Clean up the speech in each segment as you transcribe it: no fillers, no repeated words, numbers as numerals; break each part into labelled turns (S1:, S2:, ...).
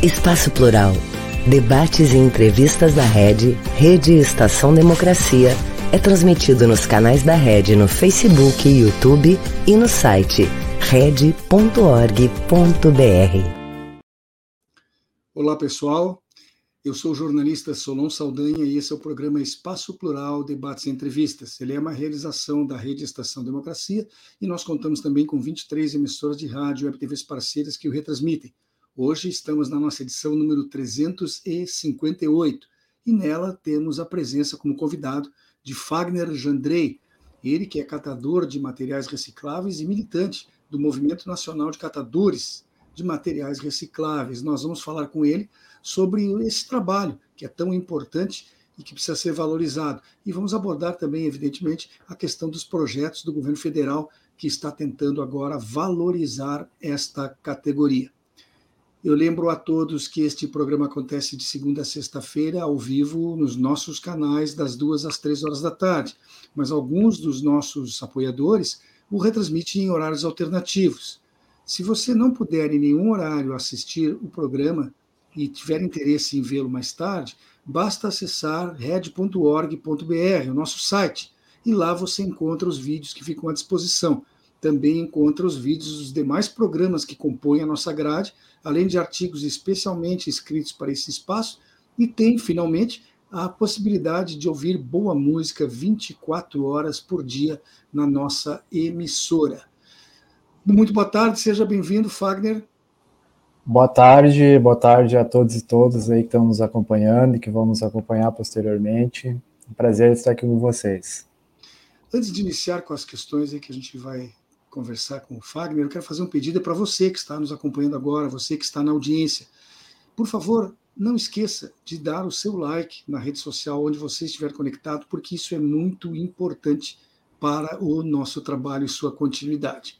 S1: Espaço Plural. Debates e entrevistas da Rede Estação Democracia é transmitido nos canais da Rede no Facebook e YouTube e no site rede.org.br.
S2: Olá pessoal, eu sou o jornalista Solon Saldanha e esse é o programa Espaço Plural, Debates e Entrevistas. Ele é uma realização da Rede Estação Democracia e nós contamos também com 23 emissoras de rádio e web TVs parceiras que o retransmitem. Hoje estamos na nossa edição número 358 e nela temos a presença como convidado de Fagner Jandrei, ele que é catador de materiais recicláveis e militante do Movimento Nacional de Catadores de Materiais Recicláveis. Nós vamos falar com ele sobre esse trabalho que é tão importante e que precisa ser valorizado. E vamos abordar também, evidentemente, a questão dos projetos do governo federal que está tentando agora valorizar esta categoria. Eu lembro a todos que este programa acontece de segunda a sexta-feira, ao vivo, nos nossos canais, das 2 às 3 horas da tarde. Mas alguns dos nossos apoiadores o retransmitem em horários alternativos. Se você não puder em nenhum horário assistir o programa e tiver interesse em vê-lo mais tarde, basta acessar red.org.br, o nosso site, e lá você encontra os vídeos que ficam à disposição. Também encontra os vídeos dos demais programas que compõem a nossa grade, além de artigos especialmente escritos para esse espaço, e tem, finalmente, a possibilidade de ouvir boa música 24 horas por dia na nossa emissora. Muito boa tarde, seja bem-vindo, Fagner.
S3: Boa tarde a todos e todas aí que estão nos acompanhando e que vão nos acompanhar posteriormente. Um prazer estar aqui com vocês.
S2: Antes de iniciar com as questões aí que a gente vai conversar com o Fagner, eu quero fazer um pedido para você que está nos acompanhando agora, você que está na audiência. Por favor, não esqueça de dar o seu like na rede social onde você estiver conectado, porque isso é muito importante para o nosso trabalho e sua continuidade.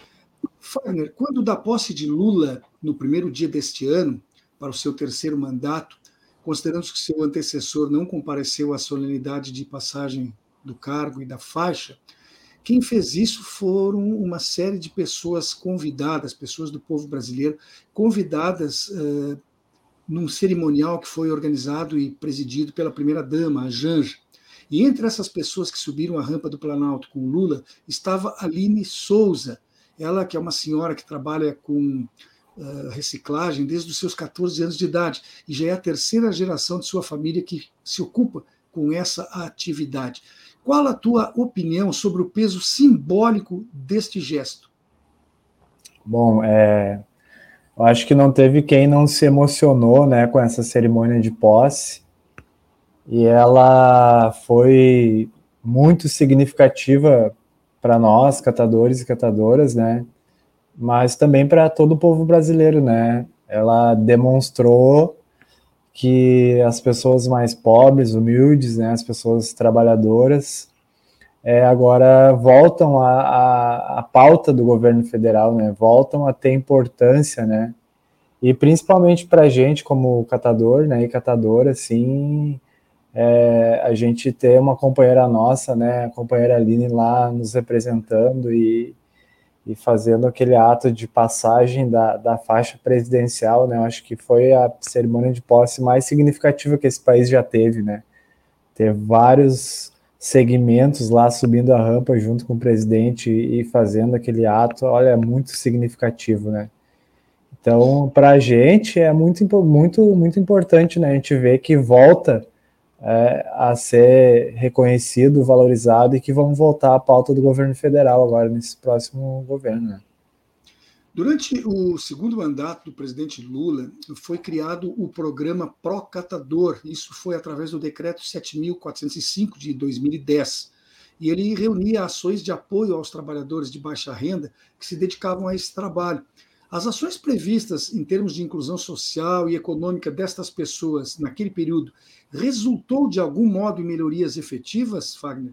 S2: Fagner, quando da posse de Lula no primeiro dia deste ano, para o seu terceiro mandato, considerando que seu antecessor não compareceu à solenidade de passagem do cargo e da faixa, quem fez isso foram uma série de pessoas convidadas, pessoas do povo brasileiro, convidadas num cerimonial que foi organizado e presidido pela primeira-dama, a Janja. E entre essas pessoas que subiram a rampa do Planalto com Lula, estava Aline Souza, ela que é uma senhora que trabalha com reciclagem desde os seus 14 anos de idade, e já é a terceira geração de sua família que se ocupa com essa atividade. Qual a tua opinião sobre o peso simbólico deste gesto?
S3: Bom, eu acho que não teve quem não se emocionou, né, com essa cerimônia de posse, e ela foi muito significativa para nós, catadores e catadoras, né, mas também para todo o povo brasileiro, né. Ela demonstrou que as pessoas mais pobres, humildes, né, as pessoas trabalhadoras, agora voltam à pauta do governo federal, né, voltam a ter importância, né, e principalmente para a gente como catador, né, e catadora, assim, a gente ter uma companheira nossa, né, a companheira Aline lá nos representando e fazendo aquele ato de passagem da faixa presidencial, né, eu acho que foi a cerimônia de posse mais significativa que esse país já teve, né, ter vários segmentos lá subindo a rampa junto com o presidente e fazendo aquele ato, olha, é muito significativo, né. Então, para a gente é muito importante, né, a gente ver que volta a ser reconhecido, valorizado e que vão voltar à pauta do governo federal agora nesse próximo governo, né.
S2: Durante o segundo mandato do presidente Lula, foi criado o programa Procatador. Isso foi através do decreto 7.405 de 2010. E ele reunia ações de apoio aos trabalhadores de baixa renda que se dedicavam a esse trabalho. As ações previstas em termos de inclusão social e econômica destas pessoas naquele período resultou de algum modo em melhorias efetivas, Fagner?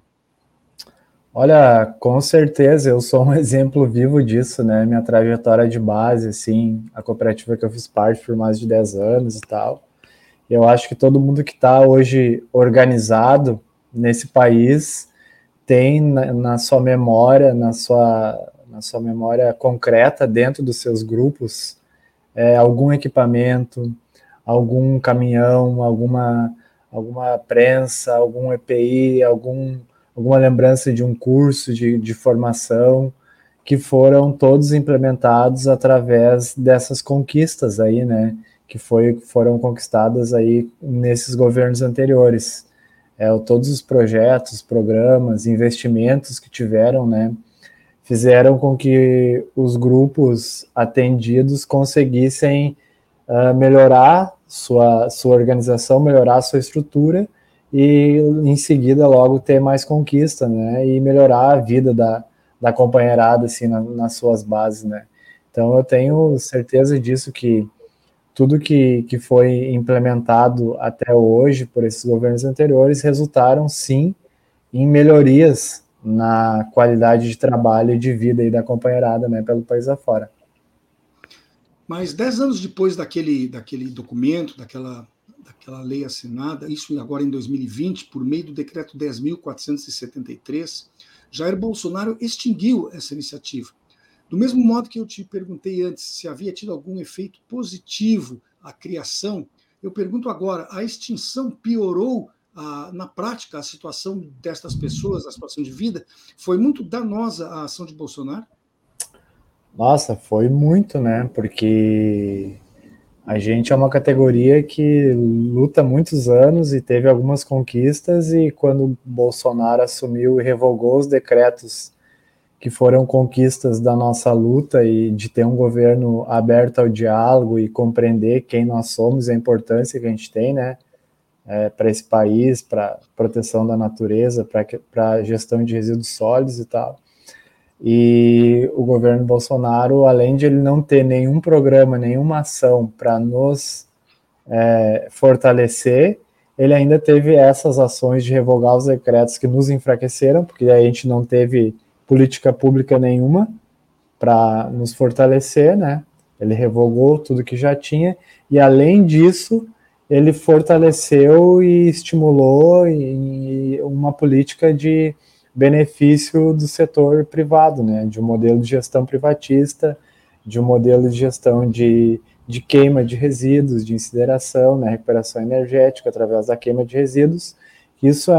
S3: Olha, com certeza, eu sou um exemplo vivo disso, né? Minha trajetória de base, assim, a cooperativa que eu fiz parte por mais de 10 anos e tal. Eu acho que todo mundo que está hoje organizado nesse país tem na sua memória, na sua memória concreta, dentro dos seus grupos, algum equipamento, algum caminhão, alguma prensa, algum EPI, alguma lembrança de um curso de formação, que foram todos implementados através dessas conquistas aí, né, que foram conquistadas aí nesses governos anteriores. Todos os projetos, programas, investimentos que tiveram, né, fizeram com que os grupos atendidos conseguissem melhorar sua organização, melhorar sua estrutura e, em seguida, logo ter mais conquista, né, e melhorar a vida da companheirada, assim, nas suas bases, né. Então, eu tenho certeza disso, que tudo que foi implementado até hoje por esses governos anteriores resultaram, sim, em melhorias na qualidade de trabalho e de vida aí da companheirada, né, pelo país afora.
S2: Mas 10 anos depois daquele documento, daquela lei assinada, isso agora em 2020, por meio do decreto 10.473, Jair Bolsonaro extinguiu essa iniciativa. Do mesmo modo que eu te perguntei antes se havia tido algum efeito positivo a criação, eu pergunto agora, a extinção piorou na prática a situação destas pessoas, a situação de vida? Foi muito danosa a ação de Bolsonaro?
S3: Nossa, foi muito, né? Porque a gente é uma categoria que luta muitos anos e teve algumas conquistas, e quando Bolsonaro assumiu e revogou os decretos que foram conquistas da nossa luta e de ter um governo aberto ao diálogo e compreender quem nós somos e a importância que a gente tem, né, para esse país, para proteção da natureza, para a gestão de resíduos sólidos e tal. E o governo Bolsonaro, além de ele não ter nenhum programa, nenhuma ação para nos fortalecer, ele ainda teve essas ações de revogar os decretos que nos enfraqueceram, porque a gente não teve política pública nenhuma para nos fortalecer, né? Ele revogou tudo que já tinha, e além disso, ele fortaleceu e estimulou uma política de benefício do setor privado, né? De um modelo de gestão privatista, de um modelo de gestão de queima de resíduos, de incineração, né? Recuperação energética através da queima de resíduos. Isso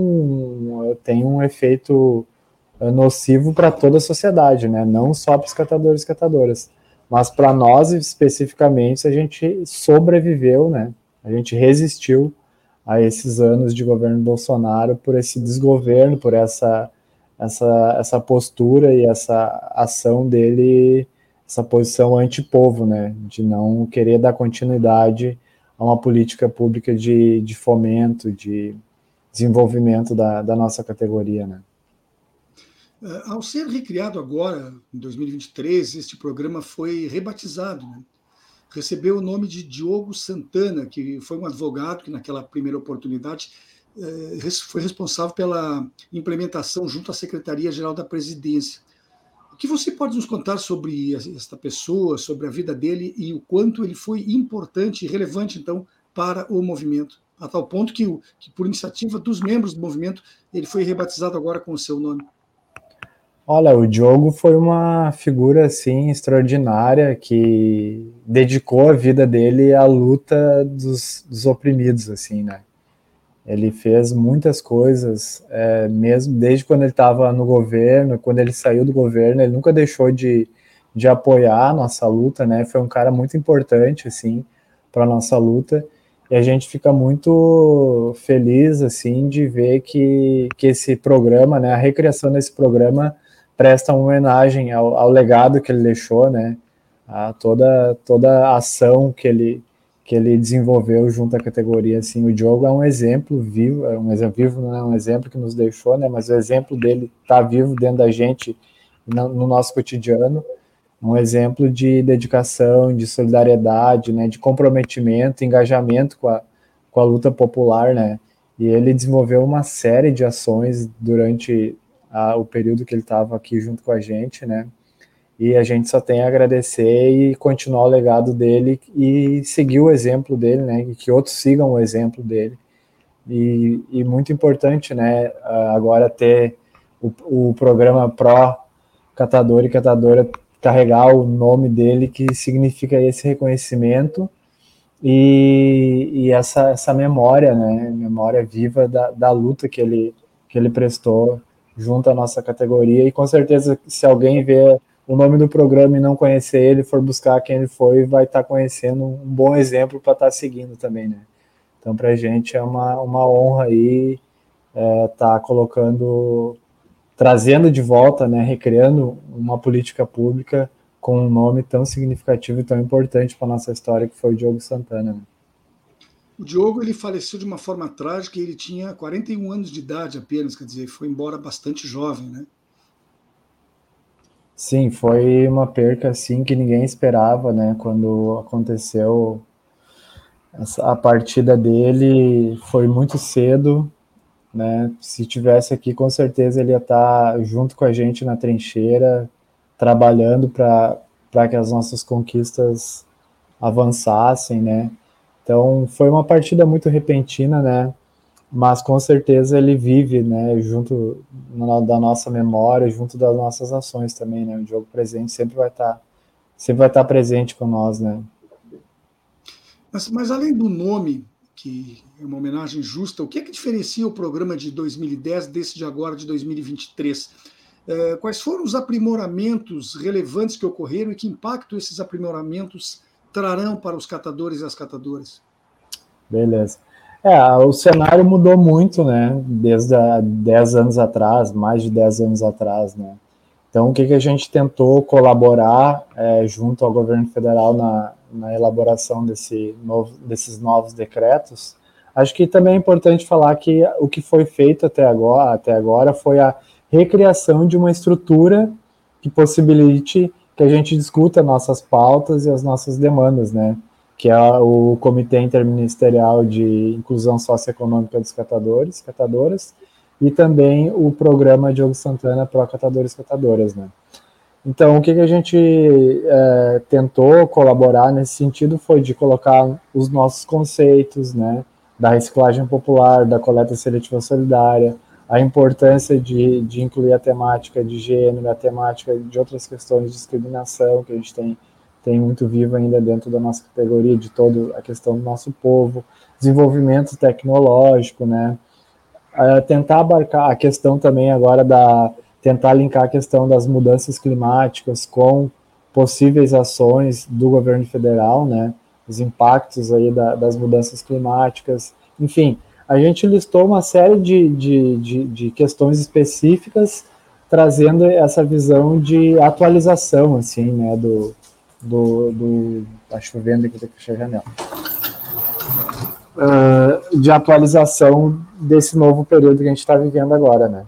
S3: tem um efeito nocivo para toda a sociedade, né? Não só para os catadores e catadoras, mas para nós especificamente, a gente sobreviveu, né? A gente resistiu a esses anos de governo Bolsonaro por esse desgoverno, por essa postura e essa ação dele, essa posição antipovo, né? De não querer dar continuidade a uma política pública de fomento, de desenvolvimento da nossa categoria, né?
S2: Ao ser recriado agora, em 2023, este programa foi rebatizado, né? Recebeu o nome de Diogo Santana, que foi um advogado que, naquela primeira oportunidade, foi responsável pela implementação junto à Secretaria-Geral da Presidência. O que você pode nos contar sobre esta pessoa, sobre a vida dele e o quanto ele foi importante e relevante, então, para o movimento, a tal ponto que por iniciativa dos membros do movimento, ele foi rebatizado agora com o seu nome?
S3: Olha, o Diogo foi uma figura, assim, extraordinária, que dedicou a vida dele à luta dos oprimidos, assim, né? Ele fez muitas coisas, mesmo desde quando ele estava no governo, quando ele saiu do governo, ele nunca deixou de apoiar a nossa luta, né? Foi um cara muito importante, assim, para a nossa luta, e a gente fica muito feliz, assim, de ver que esse programa, né, a recriação desse programa presta uma homenagem ao legado que ele deixou, né, a toda a ação que ele desenvolveu junto à categoria. Assim, o Diogo é um exemplo vivo, não é um exemplo que nos deixou, né, mas o exemplo dele está vivo dentro da gente, no nosso cotidiano, um exemplo de dedicação, de solidariedade, né, de comprometimento, engajamento com a luta popular, né, e ele desenvolveu uma série de ações durante o período que ele estava aqui junto com a gente, né, e a gente só tem a agradecer e continuar o legado dele e seguir o exemplo dele, né, e que outros sigam o exemplo dele. E muito importante, né, agora ter o programa Pro Catador e Catadora carregar o nome dele, que significa esse reconhecimento e essa memória, né, memória viva da luta que ele prestou junto à nossa categoria. E com certeza, se alguém vê o nome do programa e não conhecer ele, for buscar quem ele foi, vai estar conhecendo um bom exemplo para estar seguindo também, né? Então, para a gente é uma honra aí estar trazendo de volta, né, recriando uma política pública com um nome tão significativo e tão importante para a nossa história, que foi o Diogo Santana. Né?
S2: O Diogo, ele faleceu de uma forma trágica, ele tinha 41 anos de idade apenas, quer dizer, foi embora bastante jovem, né?
S3: Sim, foi uma perca assim que ninguém esperava, né? Quando aconteceu a partida dele, foi muito cedo, né? Se tivesse aqui, com certeza ele ia estar junto com a gente na trincheira, trabalhando para que as nossas conquistas avançassem, né? Então foi uma partida muito repentina, né? Mas com certeza ele vive, né? Junto da nossa memória, junto das nossas ações também, né? O Diogo presente sempre vai estar presente com nós, né?
S2: Mas além do nome, que é uma homenagem justa, o que é que diferencia o programa de 2010 desse de agora, de 2023? Quais foram os aprimoramentos relevantes que ocorreram e que impacto esses aprimoramentos trarão para os catadores e as catadoras?
S3: Beleza. O cenário mudou muito, né, desde 10 anos atrás, mais de 10 anos atrás, né. Então, o que a gente tentou colaborar junto ao governo federal na elaboração desses novos decretos? Acho que também é importante falar que o que foi feito até agora foi a recriação de uma estrutura que possibilite que a gente discuta nossas pautas e as nossas demandas, né? Que é o Comitê Interministerial de Inclusão Socioeconômica dos Catadores, Catadoras, e também o programa Diogo Santana Pro Catadores e Catadoras, né? Então, o que a gente tentou colaborar nesse sentido foi de colocar os nossos conceitos, né, da reciclagem popular, da coleta seletiva solidária, a importância de incluir a temática de gênero, a temática de outras questões de discriminação que a gente tem muito vivo ainda dentro da nossa categoria, de toda a questão do nosso povo, desenvolvimento tecnológico, né? Tentar abarcar a questão também agora tentar linkar a questão das mudanças climáticas com possíveis ações do governo federal, né? Os impactos aí das mudanças climáticas, enfim, a gente listou uma série de questões específicas, trazendo essa visão de atualização, assim, né, tá chovendo aqui, tem que fechar a janela, de atualização desse novo período que a gente está vivendo agora, né.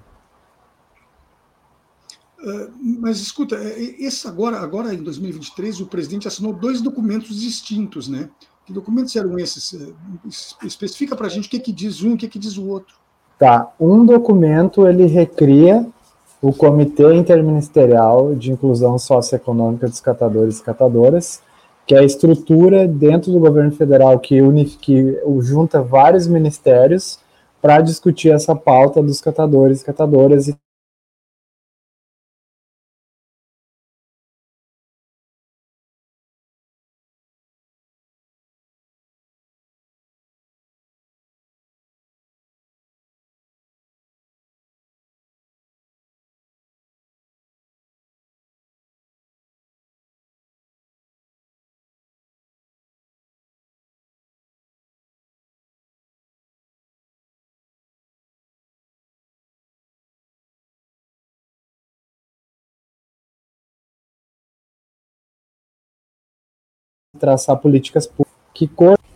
S2: Mas escuta, agora em 2023 o presidente assinou 2 documentos distintos, né? Que documentos eram esses? Especifica para a gente o que diz um e o que diz o outro.
S3: Tá, um documento ele recria o Comitê Interministerial de Inclusão Socioeconômica dos Catadores e Catadoras, que é a estrutura dentro do governo federal que junta vários ministérios para discutir essa pauta dos catadores e catadoras e traçar políticas públicas que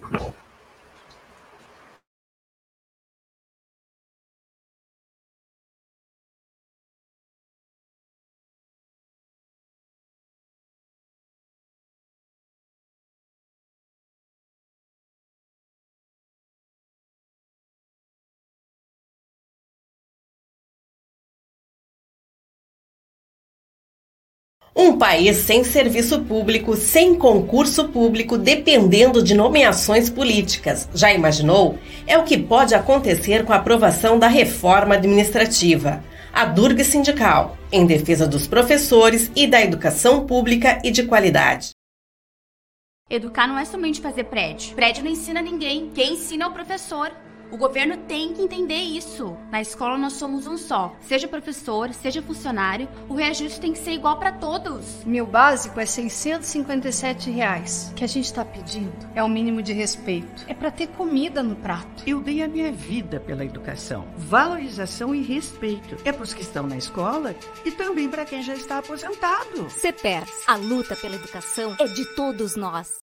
S4: Um país sem serviço público, sem concurso público, dependendo de nomeações políticas. Já imaginou? É o que pode acontecer com a aprovação da reforma administrativa. A Durga Sindical, em defesa dos professores e da educação pública e de qualidade.
S5: Educar não é somente fazer prédio. Prédio não ensina ninguém. Quem ensina é o professor. O governo tem que entender isso. Na escola nós somos um só. Seja professor, seja funcionário, o reajuste tem que ser igual para todos.
S6: Meu básico é R$ 657. O que a gente está pedindo é o mínimo de respeito. É para ter comida no prato.
S7: Eu dei a minha vida pela educação. Valorização e respeito. É para os que estão na escola e também para quem já está aposentado.
S8: CEPERS, a luta pela educação é de todos nós.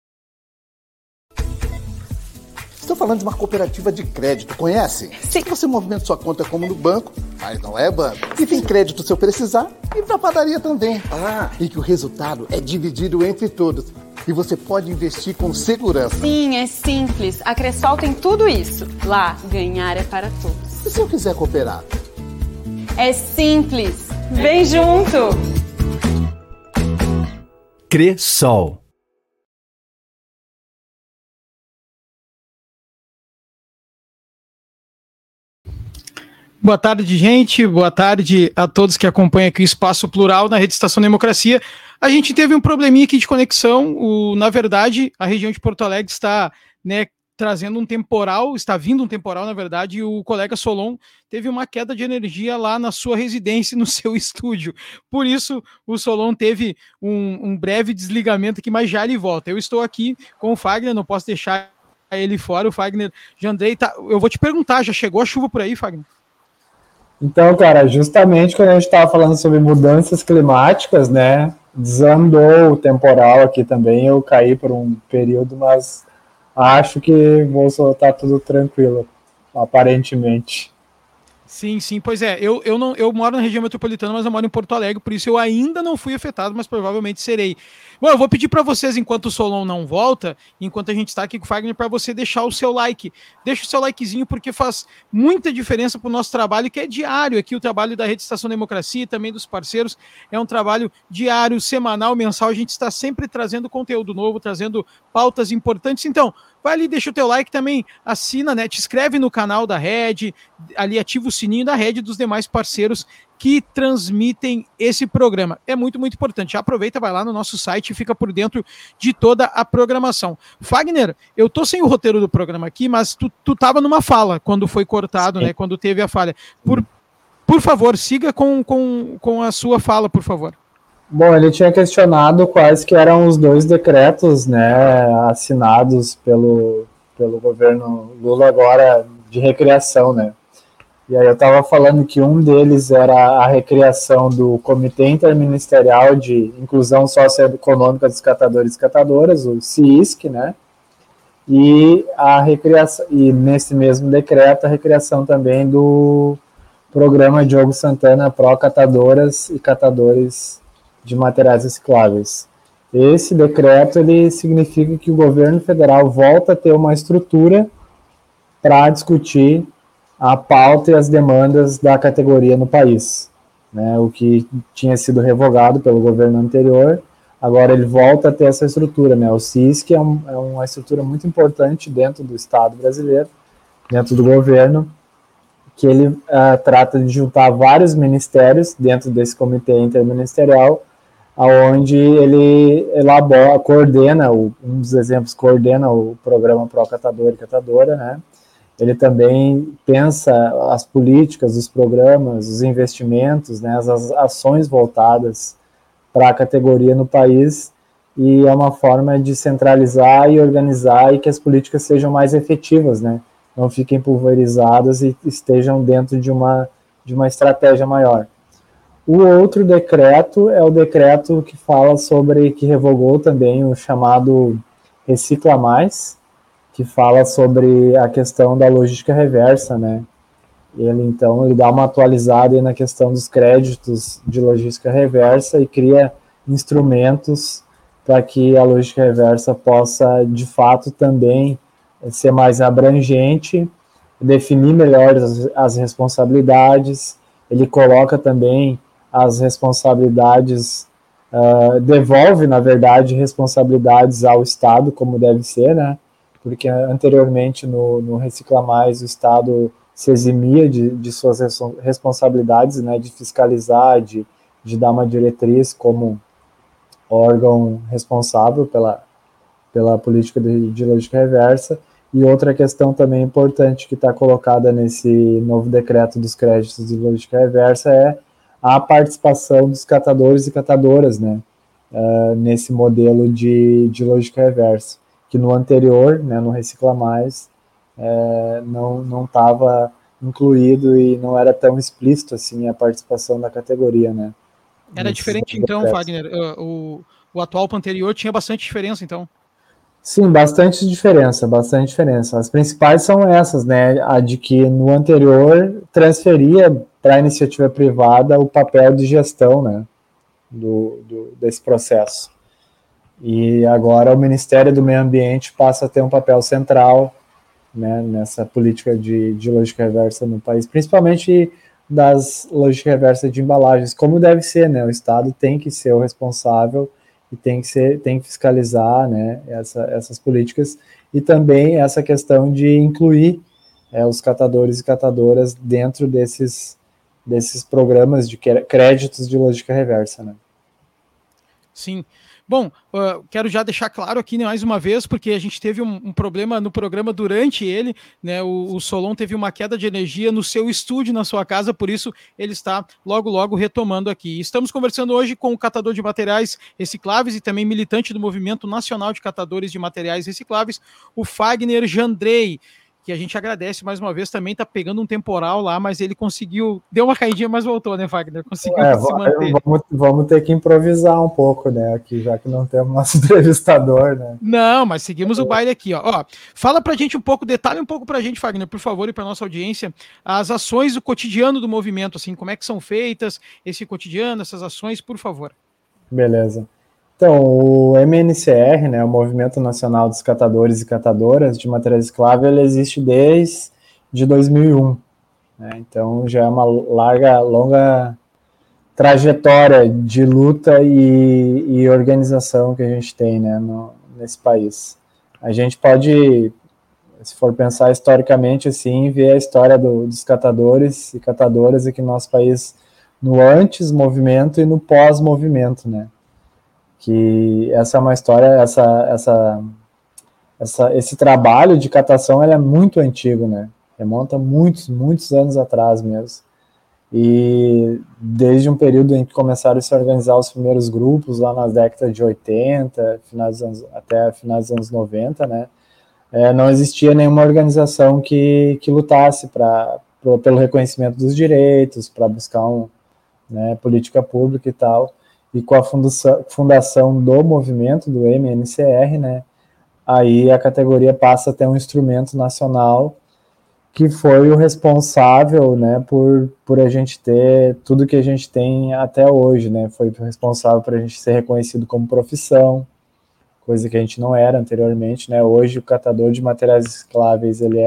S9: Estou falando de uma cooperativa de crédito, conhece?
S8: Sim.
S9: Você movimenta sua conta como no banco, mas não é banco. E tem crédito se eu precisar e pra padaria também. E que o resultado é dividido entre todos. E você pode investir com segurança.
S10: Sim, é simples. A Cressol tem tudo isso. Lá, ganhar é para todos.
S9: E se eu quiser cooperar?
S10: É simples. Vem junto!
S11: Cressol.
S2: Boa tarde, gente. Boa tarde a todos que acompanham aqui o Espaço Plural na Rede Estação Democracia. A gente teve um probleminha aqui de conexão. Na verdade, a região de Porto Alegre está, trazendo um temporal, está vindo um temporal, na verdade, e o colega Solon teve uma queda de energia lá na sua residência, no seu estúdio. Por isso, o Solon teve um breve desligamento aqui, mas já ele volta. Eu estou aqui com o Fagner, não posso deixar ele fora. O Fagner Jandrei, eu vou te perguntar, já chegou a chuva por aí, Fagner?
S3: Então, cara, justamente quando a gente estava falando sobre mudanças climáticas, desandou o temporal aqui também, eu caí por um período, mas acho que vou soltar tudo tranquilo, aparentemente.
S2: Sim, pois é, eu moro na região metropolitana, mas eu moro em Porto Alegre, por isso eu ainda não fui afetado, mas provavelmente serei. Bom, eu vou pedir para vocês, enquanto o Solon não volta, enquanto a gente está aqui com o Fagner, para você deixar o seu like. Deixa o seu likezinho, porque faz muita diferença para o nosso trabalho, que é diário aqui, o trabalho da Rede Estação Democracia e também dos parceiros. É um trabalho diário, semanal, mensal, a gente está sempre trazendo conteúdo novo, trazendo pautas importantes. Então, vai ali, deixa o teu like também, assina, te inscreve no canal da Rede, ali ativa o sininho da Rede e dos demais parceiros que transmitem esse programa. É muito, muito importante. Já aproveita, vai lá no nosso site e fica por dentro de toda a programação. Fagner, eu tô sem o roteiro do programa aqui, mas tu tava numa fala quando foi cortado, quando teve a falha. Por favor, siga com a sua fala, por favor.
S3: Bom, ele tinha questionado quais que eram os dois decretos, assinados pelo governo Lula agora de recriação, E aí eu estava falando que um deles era a recriação do Comitê Interministerial de Inclusão Socioeconômica dos Catadores e Catadoras, o CISC, E a recriação, e nesse mesmo decreto a recriação também do Programa Diogo Santana Pró Catadoras e Catadores de Materiais Recicláveis. Esse decreto ele significa que o governo federal volta a ter uma estrutura para discutir a pauta e as demandas da categoria no país, o que tinha sido revogado pelo governo anterior, agora ele volta a ter essa estrutura, O CISC é uma estrutura muito importante dentro do Estado brasileiro, dentro do governo, que ele trata de juntar vários ministérios dentro desse comitê interministerial, onde ele coordena, um dos exemplos, coordena o programa Pró Catador e Catadora, Ele também pensa as políticas, os programas, os investimentos, as ações voltadas para a categoria no país, e é uma forma de centralizar e organizar e que as políticas sejam mais efetivas, não fiquem pulverizadas e estejam dentro de uma estratégia maior. O outro decreto é o decreto que fala que revogou também o chamado Recicla Mais, que fala sobre a questão da logística reversa, Ele dá uma atualizada aí na questão dos créditos de logística reversa e cria instrumentos para que a logística reversa possa, de fato, também ser mais abrangente, definir melhor as responsabilidades. Ele coloca também as responsabilidades, devolve, na verdade, responsabilidades ao Estado, como deve ser, porque anteriormente no Recicla Mais o Estado se eximia de suas responsabilidades, né, de fiscalizar, de dar uma diretriz como órgão responsável pela política de lógica reversa. E outra questão também importante que está colocada nesse novo decreto dos créditos de lógica reversa é a participação dos catadores e catadoras, né, nesse modelo de lógica reversa, que no anterior, né, no Recicla Mais, não estava incluído e não era tão explícito assim a participação da categoria, né.
S12: Era diferente então, Wagner, o atual para o anterior tinha bastante diferença então?
S3: Sim, bastante diferença. As principais são essas, né, a de que no anterior transferia para a iniciativa privada o papel de gestão, né, desse processo. E agora o Ministério do Meio Ambiente passa a ter um papel central, né, nessa política de lógica reversa no país, principalmente das lógicas reversas de embalagens, como deve ser, né, o Estado tem que ser o responsável e tem que fiscalizar, né, essas políticas, e também essa questão de incluir os catadores e catadoras dentro desses programas de créditos de lógica reversa, né.
S12: Sim. Bom, quero já deixar claro aqui, né, mais uma vez, porque a gente teve um problema no programa durante ele, né, o Solon teve uma queda de energia no seu estúdio, na sua casa, por isso ele está logo retomando aqui. Estamos conversando hoje com o catador de materiais recicláveis e também militante do Movimento Nacional de Catadores de Materiais Recicláveis, o Fagner Jandrei, que a gente agradece mais uma vez, também está pegando um temporal lá, mas ele conseguiu, deu uma caidinha, mas voltou, né, Fagner? Conseguiu se manter.
S3: Vamos ter que improvisar um pouco, né, aqui, já que não temos nosso entrevistador, né?
S12: Não, mas seguimos o baile aqui, ó. Fala pra gente um pouco, detalhe um pouco pra gente, Fagner, por favor, e pra nossa audiência, as ações do cotidiano do movimento, assim, como é que são feitas, esse cotidiano, essas ações, por favor.
S3: Beleza. Então, o MNCR, né, o Movimento Nacional dos Catadores e Catadoras de Materiais Recicláveis, ele existe desde 2001. Né, então, já é uma longa trajetória de luta e organização que a gente tem, né, nesse país. A gente pode, se for pensar historicamente, assim, ver a história dos catadores e catadoras aqui no nosso país no antes-movimento e no pós-movimento, né. Que essa é uma história, esse trabalho de catação ele é muito antigo, né? Remonta muitos anos atrás mesmo. E desde um período em que começaram a se organizar os primeiros grupos, lá nas décadas de 80, até finais dos anos 90, né? Não existia nenhuma organização que lutasse pelo reconhecimento dos direitos, para buscar política pública e tal. E com a fundação do movimento, do MNCR, né, aí a categoria passa a ter um instrumento nacional que foi o responsável, né, por a gente ter tudo que a gente tem até hoje, né, foi responsável por a gente ser reconhecido como profissão, coisa que a gente não era anteriormente, né. Hoje o catador de materiais recicláveis, ele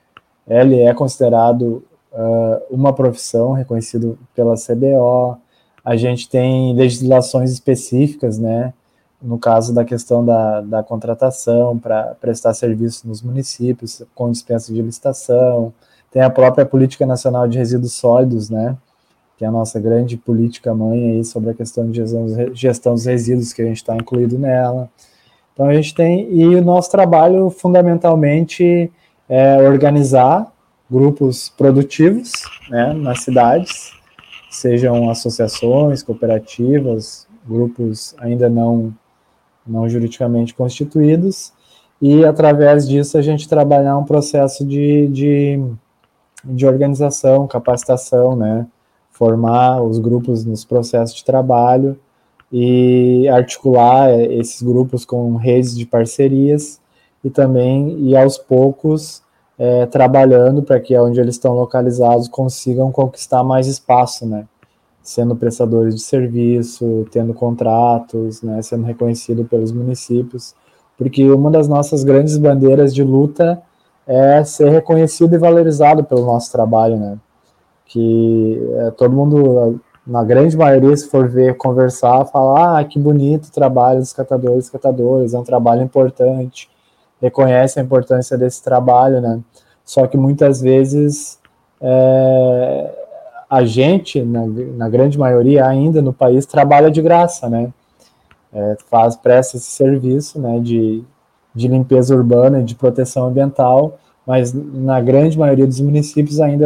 S3: é considerado uma profissão, reconhecido pela CBO. A gente tem legislações específicas, né, no caso da questão da contratação para prestar serviço nos municípios, com dispensa de licitação. Tem a própria Política Nacional de Resíduos Sólidos, né, que é a nossa grande política mãe aí sobre a questão de gestão dos resíduos, que a gente está incluído nela. Então a gente tem, e o nosso trabalho fundamentalmente é organizar grupos produtivos, né, nas cidades, sejam associações, cooperativas, grupos ainda não juridicamente constituídos, e através disso a gente trabalhar um processo de organização, capacitação, né, formar os grupos nos processos de trabalho e articular esses grupos com redes de parcerias e também ir aos poucos trabalhando para que onde eles estão localizados consigam conquistar mais espaço, né? Sendo prestadores de serviço, tendo contratos, né? Sendo reconhecido pelos municípios, porque uma das nossas grandes bandeiras de luta é ser reconhecido e valorizado pelo nosso trabalho, né? Que todo mundo, na grande maioria, se for ver, conversar, falar, que bonito o trabalho dos catadores e catadoras, é um trabalho importante, reconhece a importância desse trabalho, né? Só que muitas vezes a gente, na grande maioria ainda no país, trabalha de graça, né? Presta esse serviço, né, de limpeza urbana, de proteção ambiental, mas na grande maioria dos municípios ainda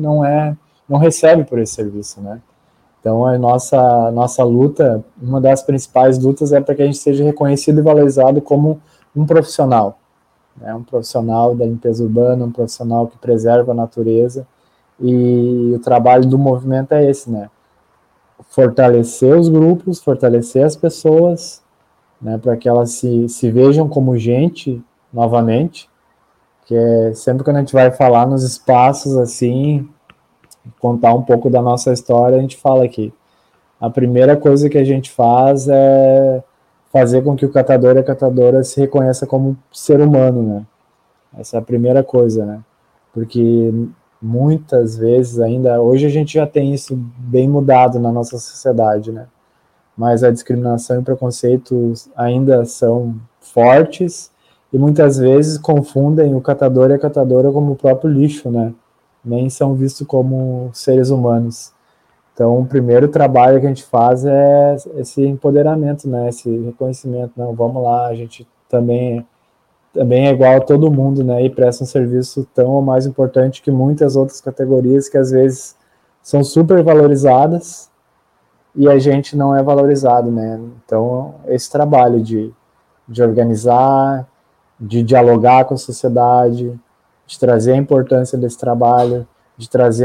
S3: não recebe por esse serviço, né? Então a nossa luta, uma das principais lutas é para que a gente seja reconhecido e valorizado como um profissional, né? Um profissional da limpeza urbana, um profissional que preserva a natureza, e o trabalho do movimento é esse, né? Fortalecer os grupos, fortalecer as pessoas, né, para que elas se vejam como gente novamente, que sempre quando a gente vai falar nos espaços assim, contar um pouco da nossa história, a gente fala que a primeira coisa que a gente faz é fazer com que o catador e a catadora se reconheça como ser humano, né? Essa é a primeira coisa, né? Porque muitas vezes ainda, hoje a gente já tem isso bem mudado na nossa sociedade, né? Mas a discriminação e o preconceito ainda são fortes e muitas vezes confundem o catador e a catadora como o próprio lixo, né? Nem são vistos como seres humanos. Então, o primeiro trabalho que a gente faz é esse empoderamento, né? Esse reconhecimento. Não, vamos lá, a gente também é igual a todo mundo, né? E presta um serviço tão ou mais importante que muitas outras categorias que às vezes são super valorizadas e a gente não é valorizado, né? Então, esse trabalho de organizar, de dialogar com a sociedade, de trazer a importância desse trabalho, de trazer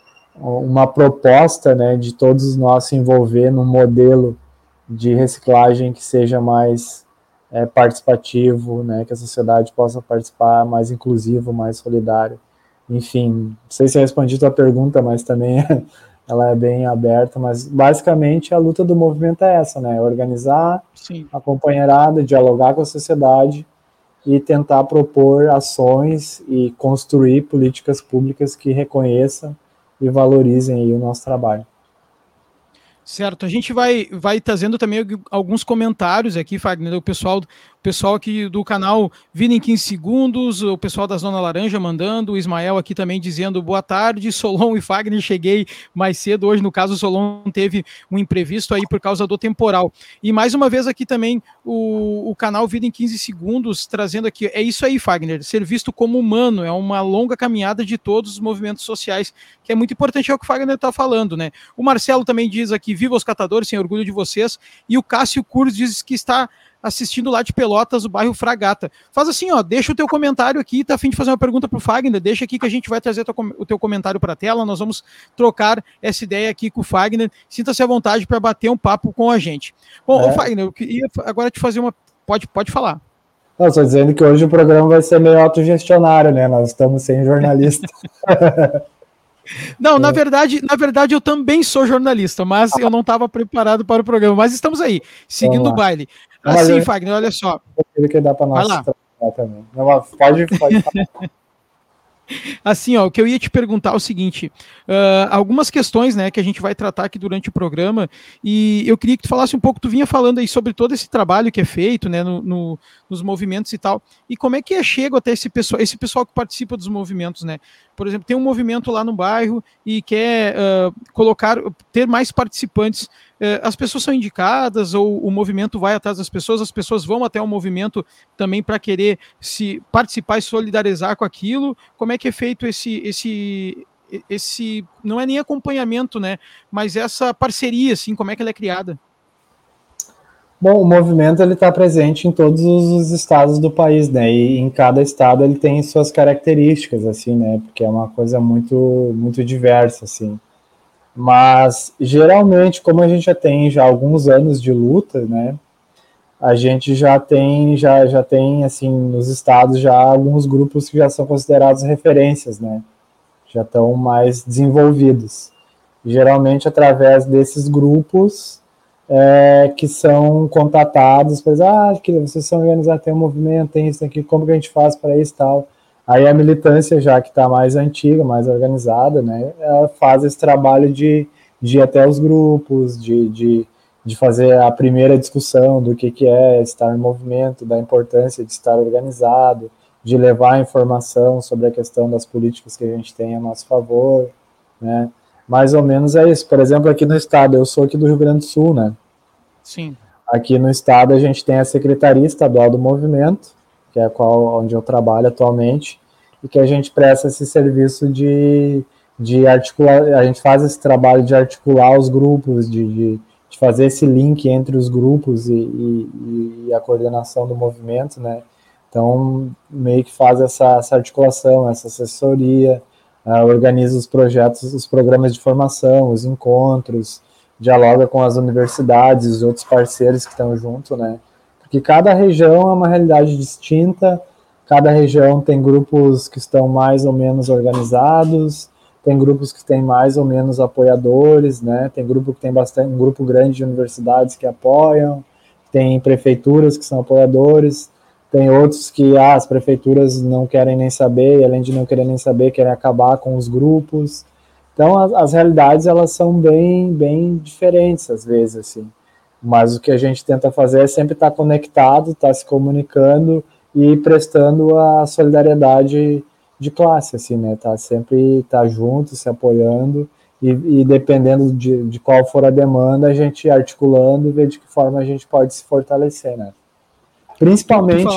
S3: uma proposta, né, de todos nós se envolver num modelo de reciclagem que seja mais participativo, né, que a sociedade possa participar, mais inclusivo, mais solidário. Enfim, não sei se eu respondi a tua pergunta, mas também ela é bem aberta, mas basicamente a luta do movimento é essa, né, organizar,
S12: Sim,
S3: a companheirada, dialogar com a sociedade e tentar propor ações e construir políticas públicas que reconheçam e valorizem aí o nosso trabalho.
S12: certo. A gente vai trazendo também alguns comentários aqui, Fagner, o pessoal aqui do canal Vida em 15 Segundos, o pessoal da Zona Laranja mandando, o Ismael aqui também dizendo boa tarde, Solon e Fagner, cheguei mais cedo hoje, no caso o Solon teve um imprevisto aí por causa do temporal. E mais uma vez aqui também o canal Vida em 15 Segundos trazendo aqui, é isso aí, Fagner, ser visto como humano, é uma longa caminhada de todos os movimentos sociais, que é muito importante, é o que o Fagner está falando, né? O Marcelo também diz aqui, viva os catadores, sem orgulho de vocês, e o Cássio Curz diz que está assistindo lá de Pelotas, o bairro Fragata. Faz assim, ó, deixa o teu comentário aqui, tá a fim de fazer uma pergunta pro Fagner, deixa aqui que a gente vai trazer o teu comentário para a tela, nós vamos trocar essa ideia aqui com o Fagner, sinta-se à vontade para bater um papo com a gente. Bom, Fagner, eu queria agora te fazer uma... Pode falar.
S3: Não, estou dizendo que hoje o programa vai ser meio autogestionário, né, nós estamos sem jornalista.
S12: Não, na verdade eu também sou jornalista, mas eu não estava preparado para o programa, mas estamos aí, seguindo o baile. Assim, Fagner, olha só.
S3: Que dá para nós também. Não, pode falar.
S12: Assim, ó, o que eu ia te perguntar é o seguinte, algumas questões, né, que a gente vai tratar aqui durante o programa, e eu queria que tu falasse um pouco, tu vinha falando aí sobre todo esse trabalho que é feito, né, nos movimentos e tal, e como é que chega até esse pessoal que participa dos movimentos, né? Por exemplo, tem um movimento lá no bairro e quer ter mais participantes, as pessoas são indicadas ou o movimento vai atrás das pessoas, as pessoas vão até o movimento também para querer se participar e solidarizar com aquilo? Como é que é feito esse não é nem acompanhamento, né, mas essa parceria, assim, como é que ela é criada?
S3: Bom, o movimento ele está presente em todos os estados do país, né? E em cada estado ele tem suas características, assim, né? Porque é uma coisa muito, muito diversa, assim. Mas geralmente, como a gente já tem alguns anos de luta, né? A gente já tem assim nos estados já alguns grupos que já são considerados referências, né? Já estão mais desenvolvidos. Geralmente através desses grupos que são contatados, que vocês são organizados, tem um movimento, tem isso aqui, como que a gente faz para isso e tal. Aí a militância, já que está mais antiga, mais organizada, né, ela faz esse trabalho de ir até os grupos, de fazer a primeira discussão do que é estar em movimento, da importância de estar organizado, de levar a informação sobre a questão das políticas que a gente tem a nosso favor, né? Mais ou menos é isso. Por exemplo, aqui no estado, eu sou aqui do Rio Grande do Sul, né?
S12: Sim.
S3: Aqui no estado a gente tem a Secretaria Estadual do Movimento, que é onde eu trabalho atualmente, e que a gente presta esse serviço de articular, a gente faz esse trabalho de articular os grupos, de fazer esse link entre os grupos e a coordenação do movimento, né? Então, meio que faz essa articulação, essa assessoria, organiza os projetos, os programas de formação, os encontros, dialoga com as universidades, os outros parceiros que estão junto, né? Porque cada região é uma realidade distinta, cada região tem grupos que estão mais ou menos organizados, tem grupos que têm mais ou menos apoiadores, né? Tem grupo que tem um grupo grande de universidades que apoiam, tem prefeituras que são apoiadores, tem outros que as prefeituras não querem nem saber, e além de não querer nem saber, querem acabar com os grupos. Então, as realidades, elas são bem diferentes, às vezes, assim. Mas o que a gente tenta fazer é sempre estar conectado, estar se comunicando e prestando a solidariedade de classe, assim, né? Sempre junto, se apoiando e dependendo de qual for a demanda, a gente articulando e ver de que forma a gente pode se fortalecer, né? Principalmente...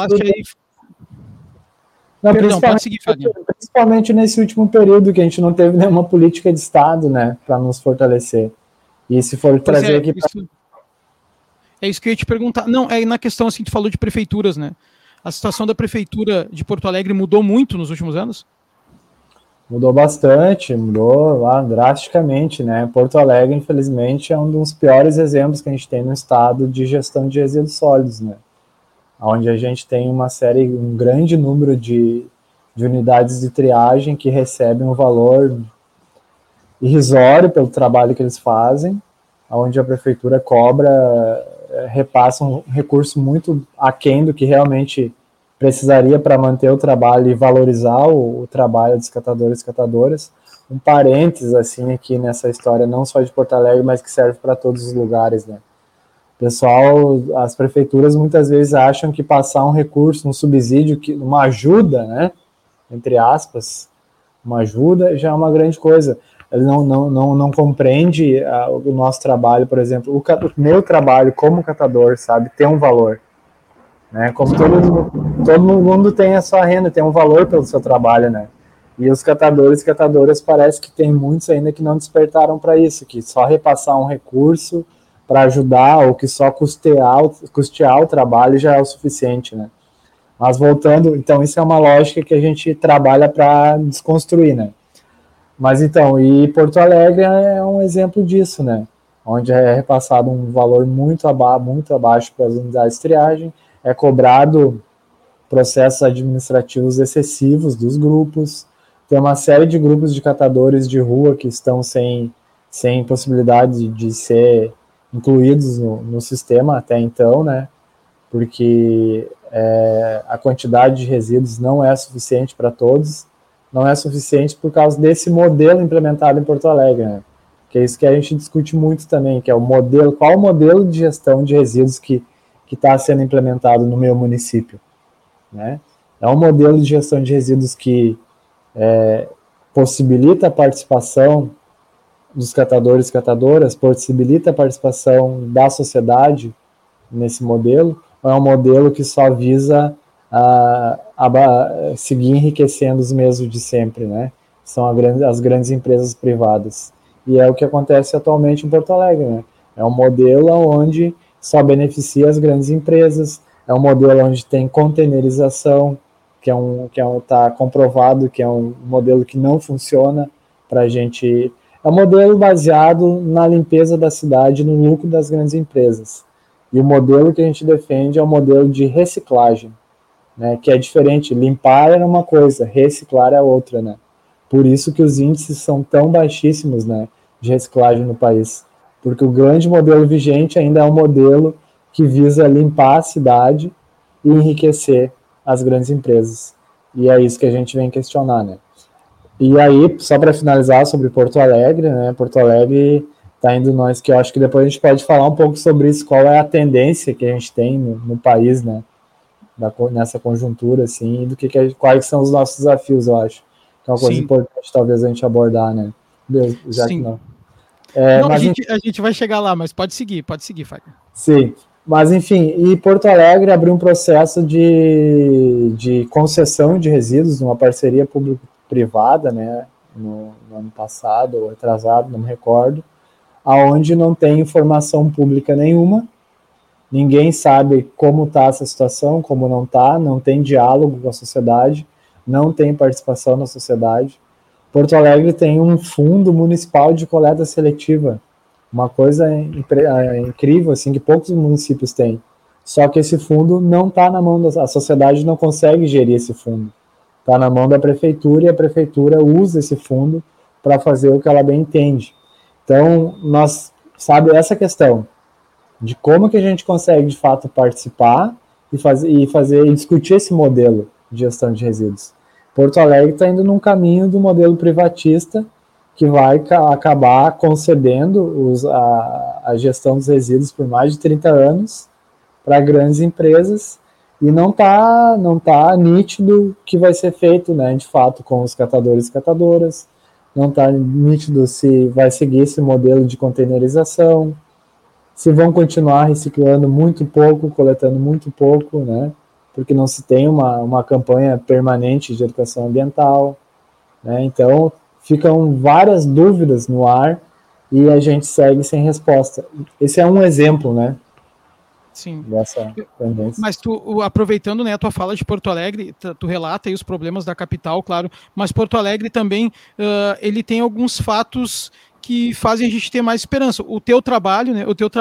S3: Principalmente nesse último período que a gente não teve nenhuma política de Estado, né, para nos fortalecer. E se for trazer aqui...
S12: É isso que eu ia te perguntar. Não, é na questão, assim, tu falou de prefeituras, né? A situação da prefeitura de Porto Alegre mudou muito nos últimos anos?
S3: Mudou bastante, mudou lá drasticamente, né? Porto Alegre, infelizmente, é um dos piores exemplos que a gente tem no estado de gestão de resíduos sólidos, né? Onde a gente tem um grande número de unidades de triagem que recebem um valor irrisório pelo trabalho que eles fazem, onde a prefeitura repassa um recurso muito aquém do que realmente precisaria para manter o trabalho e valorizar o trabalho dos catadores e catadoras. Um parênteses, assim, aqui nessa história, não só de Porto Alegre, mas que serve para todos os lugares, né? Pessoal, as prefeituras muitas vezes acham que passar um recurso, um subsídio, uma ajuda, né, entre aspas, uma ajuda já é uma grande coisa. Ele não compreende o nosso trabalho, por exemplo, o meu trabalho como catador, sabe, tem um valor, né, como todo mundo tem a sua renda, tem um valor pelo seu trabalho, né, e os catadores e catadoras parece que tem muitos ainda que não despertaram para isso, que só repassar um recurso para ajudar, ou que só custear o trabalho já é o suficiente, né? Mas voltando, então isso é uma lógica que a gente trabalha para desconstruir, né? Mas então, e Porto Alegre é um exemplo disso, né? Onde é repassado um valor muito abaixo para as unidades de triagem, é cobrado processos administrativos excessivos dos grupos, tem uma série de grupos de catadores de rua que estão sem possibilidade de ser incluídos no sistema até então, né, porque a quantidade de resíduos não é suficiente para todos, não é suficiente por causa desse modelo implementado em Porto Alegre, né, que é isso que a gente discute muito também, que é qual o modelo de gestão de resíduos que está sendo implementado no meu município, né, é um modelo de gestão de resíduos que possibilita a participação dos catadores e catadoras, possibilita a participação da sociedade nesse modelo, ou é um modelo que só visa seguir enriquecendo os mesmos de sempre, né? São as grandes empresas privadas. E é o que acontece atualmente em Porto Alegre, né? É um modelo onde só beneficia as grandes empresas, é um modelo onde tem containerização, que está comprovado que é um modelo que não funciona para a gente... É um modelo baseado na limpeza da cidade, no lucro das grandes empresas. E o modelo que a gente defende é o modelo de reciclagem, né, que é diferente. Limpar é uma coisa, reciclar é outra, né? Por isso que os índices são tão baixíssimos, né, de reciclagem no país. Porque o grande modelo vigente ainda é um modelo que visa limpar a cidade e enriquecer as grandes empresas. E é isso que a gente vem questionar, né? E aí, só para finalizar sobre Porto Alegre, né? Porto Alegre está indo nós, que eu acho que depois a gente pode falar um pouco sobre isso, qual é a tendência que a gente tem no país, né? nessa conjuntura, assim, do quais são os nossos desafios, eu acho. Que é uma coisa importante, talvez, a gente abordar, né? Já que não.
S12: Não, a gente vai chegar lá, mas pode seguir, Fagner.
S3: Sim, mas enfim, e Porto Alegre abriu um processo de concessão de resíduos, uma parceria público-privada, né, no ano passado, ou atrasado, não me recordo, aonde não tem informação pública nenhuma, ninguém sabe como está essa situação, como não tem diálogo com a sociedade, não tem participação na sociedade. Porto Alegre tem um fundo municipal de coleta seletiva, uma coisa incrível, assim, que poucos municípios têm. Só que esse fundo não está na mão a sociedade não consegue gerir esse fundo. Está na mão da prefeitura e a prefeitura usa esse fundo para fazer o que ela bem entende. Então, sabe, essa questão de como que a gente consegue, de fato, participar e discutir esse modelo de gestão de resíduos. Porto Alegre está indo num caminho do modelo privatista que vai acabar concedendo a gestão dos resíduos por mais de 30 anos para grandes empresas e não tá nítido o que vai ser feito, né, de fato, com os catadores e catadoras, não está nítido se vai seguir esse modelo de containerização, se vão continuar reciclando muito pouco, coletando muito pouco, né, porque não se tem uma campanha permanente de educação ambiental, né? Então ficam várias dúvidas no ar e a gente segue sem resposta. Esse é um exemplo, né?
S12: Sim.
S3: Dessa tendência.
S12: Mas tu, aproveitando, né, a tua fala de Porto Alegre, tu relata aí os problemas da capital, claro, mas Porto Alegre também, ele tem alguns fatos que fazem a gente ter mais esperança. O teu trabalho,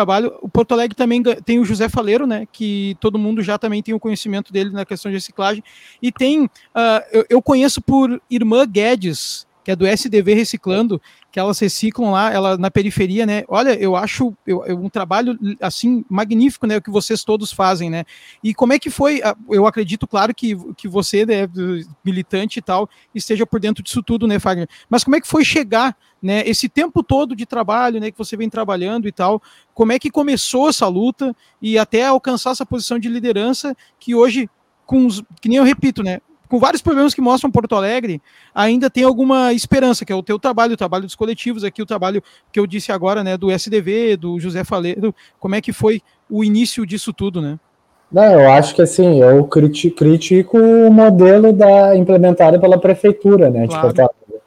S12: o Porto Alegre também tem o José Faleiro, né, que todo mundo já também tem o conhecimento dele na questão de reciclagem, e tem, eu conheço por Irmã Guedes, que é do SDV Reciclando, que elas reciclam lá, ela na periferia, né? Olha, eu acho um trabalho, assim, magnífico, né? O que vocês todos fazem, né? E como é que foi? Eu acredito, claro, que você, né, militante e tal, esteja por dentro disso tudo, né, Fagner? Mas como é que foi chegar, né, esse tempo todo de trabalho, né, que você vem trabalhando e tal? Como é que começou essa luta e até alcançar essa posição de liderança que hoje, que nem eu repito, né? Com vários problemas que mostram Porto Alegre, ainda tem alguma esperança, que é o teu trabalho, o trabalho dos coletivos, aqui o trabalho que eu disse agora, né, do SDV, do José Faleiro. Como é que foi o início disso tudo, né?
S3: Não, eu acho que assim, eu critico o modelo implementado pela prefeitura, né,
S12: Claro.
S3: de Porto Alegre.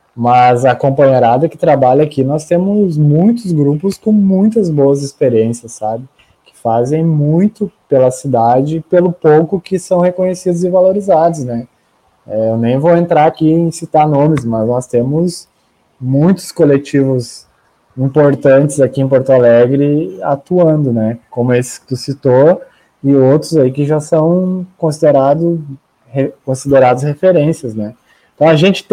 S3: Mas a companheirada que trabalha aqui, nós temos muitos grupos com muitas boas experiências, sabe? Fazem muito pela cidade, pelo pouco que são reconhecidos e valorizados, né? Eu nem vou entrar aqui em citar nomes, mas nós temos muitos coletivos importantes aqui em Porto Alegre atuando, né? Como esse que tu citou e outros aí que já são considerados referências, né? Então a gente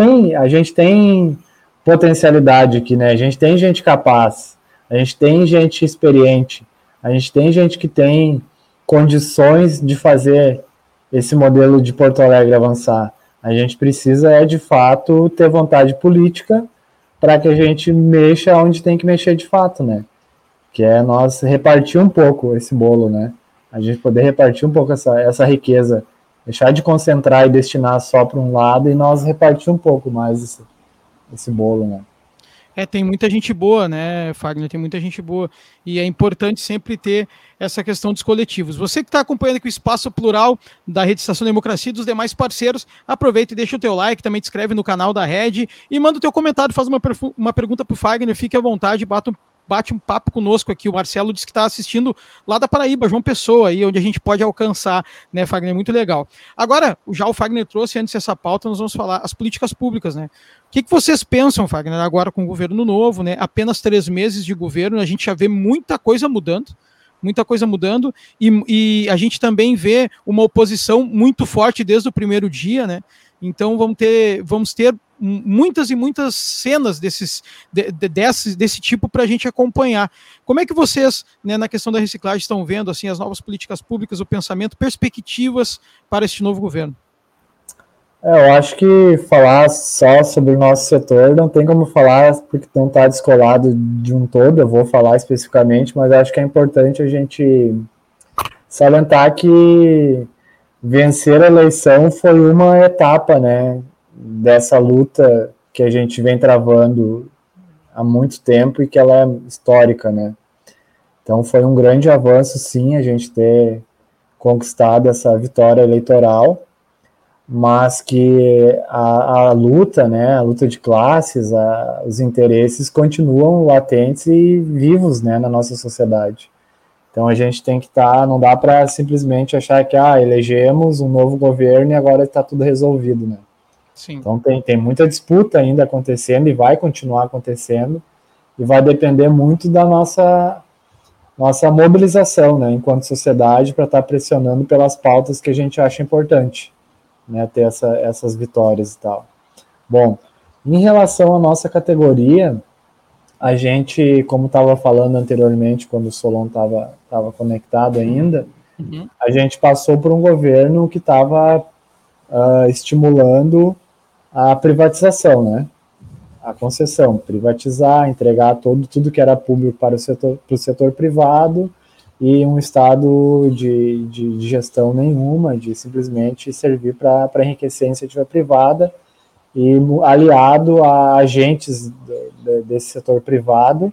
S3: tem potencialidade aqui, né? A gente tem gente capaz, a gente tem gente experiente, a gente tem gente que tem condições de fazer esse modelo de Porto Alegre avançar. A gente precisa, de fato, ter vontade política para que a gente mexa onde tem que mexer de fato, né? Que é nós repartir um pouco esse bolo, né? A gente poder repartir um pouco essa riqueza, deixar de concentrar e destinar só para um lado e nós repartir um pouco mais esse bolo, né?
S12: Tem muita gente boa, né, Fagner? Tem muita gente boa. E é importante sempre ter essa questão dos coletivos. Você que está acompanhando aqui o Espaço Plural da Rede Estação Democracia e dos demais parceiros, aproveita e deixa o teu like, também te inscreve no canal da Rede e manda o teu comentário, faz uma pergunta para o Fagner, fique à vontade, bate um papo conosco aqui. O Marcelo disse que está assistindo lá da Paraíba, João Pessoa, aí onde a gente pode alcançar, né, Fagner? Muito legal. Agora, já o Fagner trouxe, antes dessa pauta, nós vamos falar as políticas públicas, né? O que vocês pensam, Fagner, agora com o governo novo, né? Apenas 3 meses de governo, a gente já vê muita coisa mudando, e a gente também vê uma oposição muito forte desde o primeiro dia, né? Então vamos ter muitas e muitas cenas desse tipo para a gente acompanhar. Como é que vocês, né, na questão da reciclagem, estão vendo assim, as novas políticas públicas, o pensamento, perspectivas para este novo governo?
S3: Eu acho que falar só sobre o nosso setor não tem como falar, porque não está descolado de um todo, eu vou falar especificamente, mas acho que é importante a gente salientar que vencer a eleição foi uma etapa, né, dessa luta que a gente vem travando há muito tempo e que ela é histórica, né? Então foi um grande avanço, sim, a gente ter conquistado essa vitória eleitoral, mas que a luta, né, a luta de classes, os interesses continuam latentes e vivos, né, na nossa sociedade. Então a gente tem que não dá para simplesmente achar que elegemos um novo governo e agora está tudo resolvido, né?
S12: Sim.
S3: Então tem muita disputa ainda acontecendo e vai continuar acontecendo e vai depender muito da nossa mobilização, né, enquanto sociedade, para estar pressionando pelas pautas que a gente acha importante, né, ter essas vitórias e tal. Bom, em relação à nossa categoria, a gente, como estava falando anteriormente, quando o Solon estava conectado ainda, a gente passou por um governo que estava estimulando a privatização, né? A concessão, privatizar, entregar tudo que era público para o setor privado e um estado de gestão nenhuma, de simplesmente servir para enriquecer a iniciativa privada e aliado a agentes desse setor privado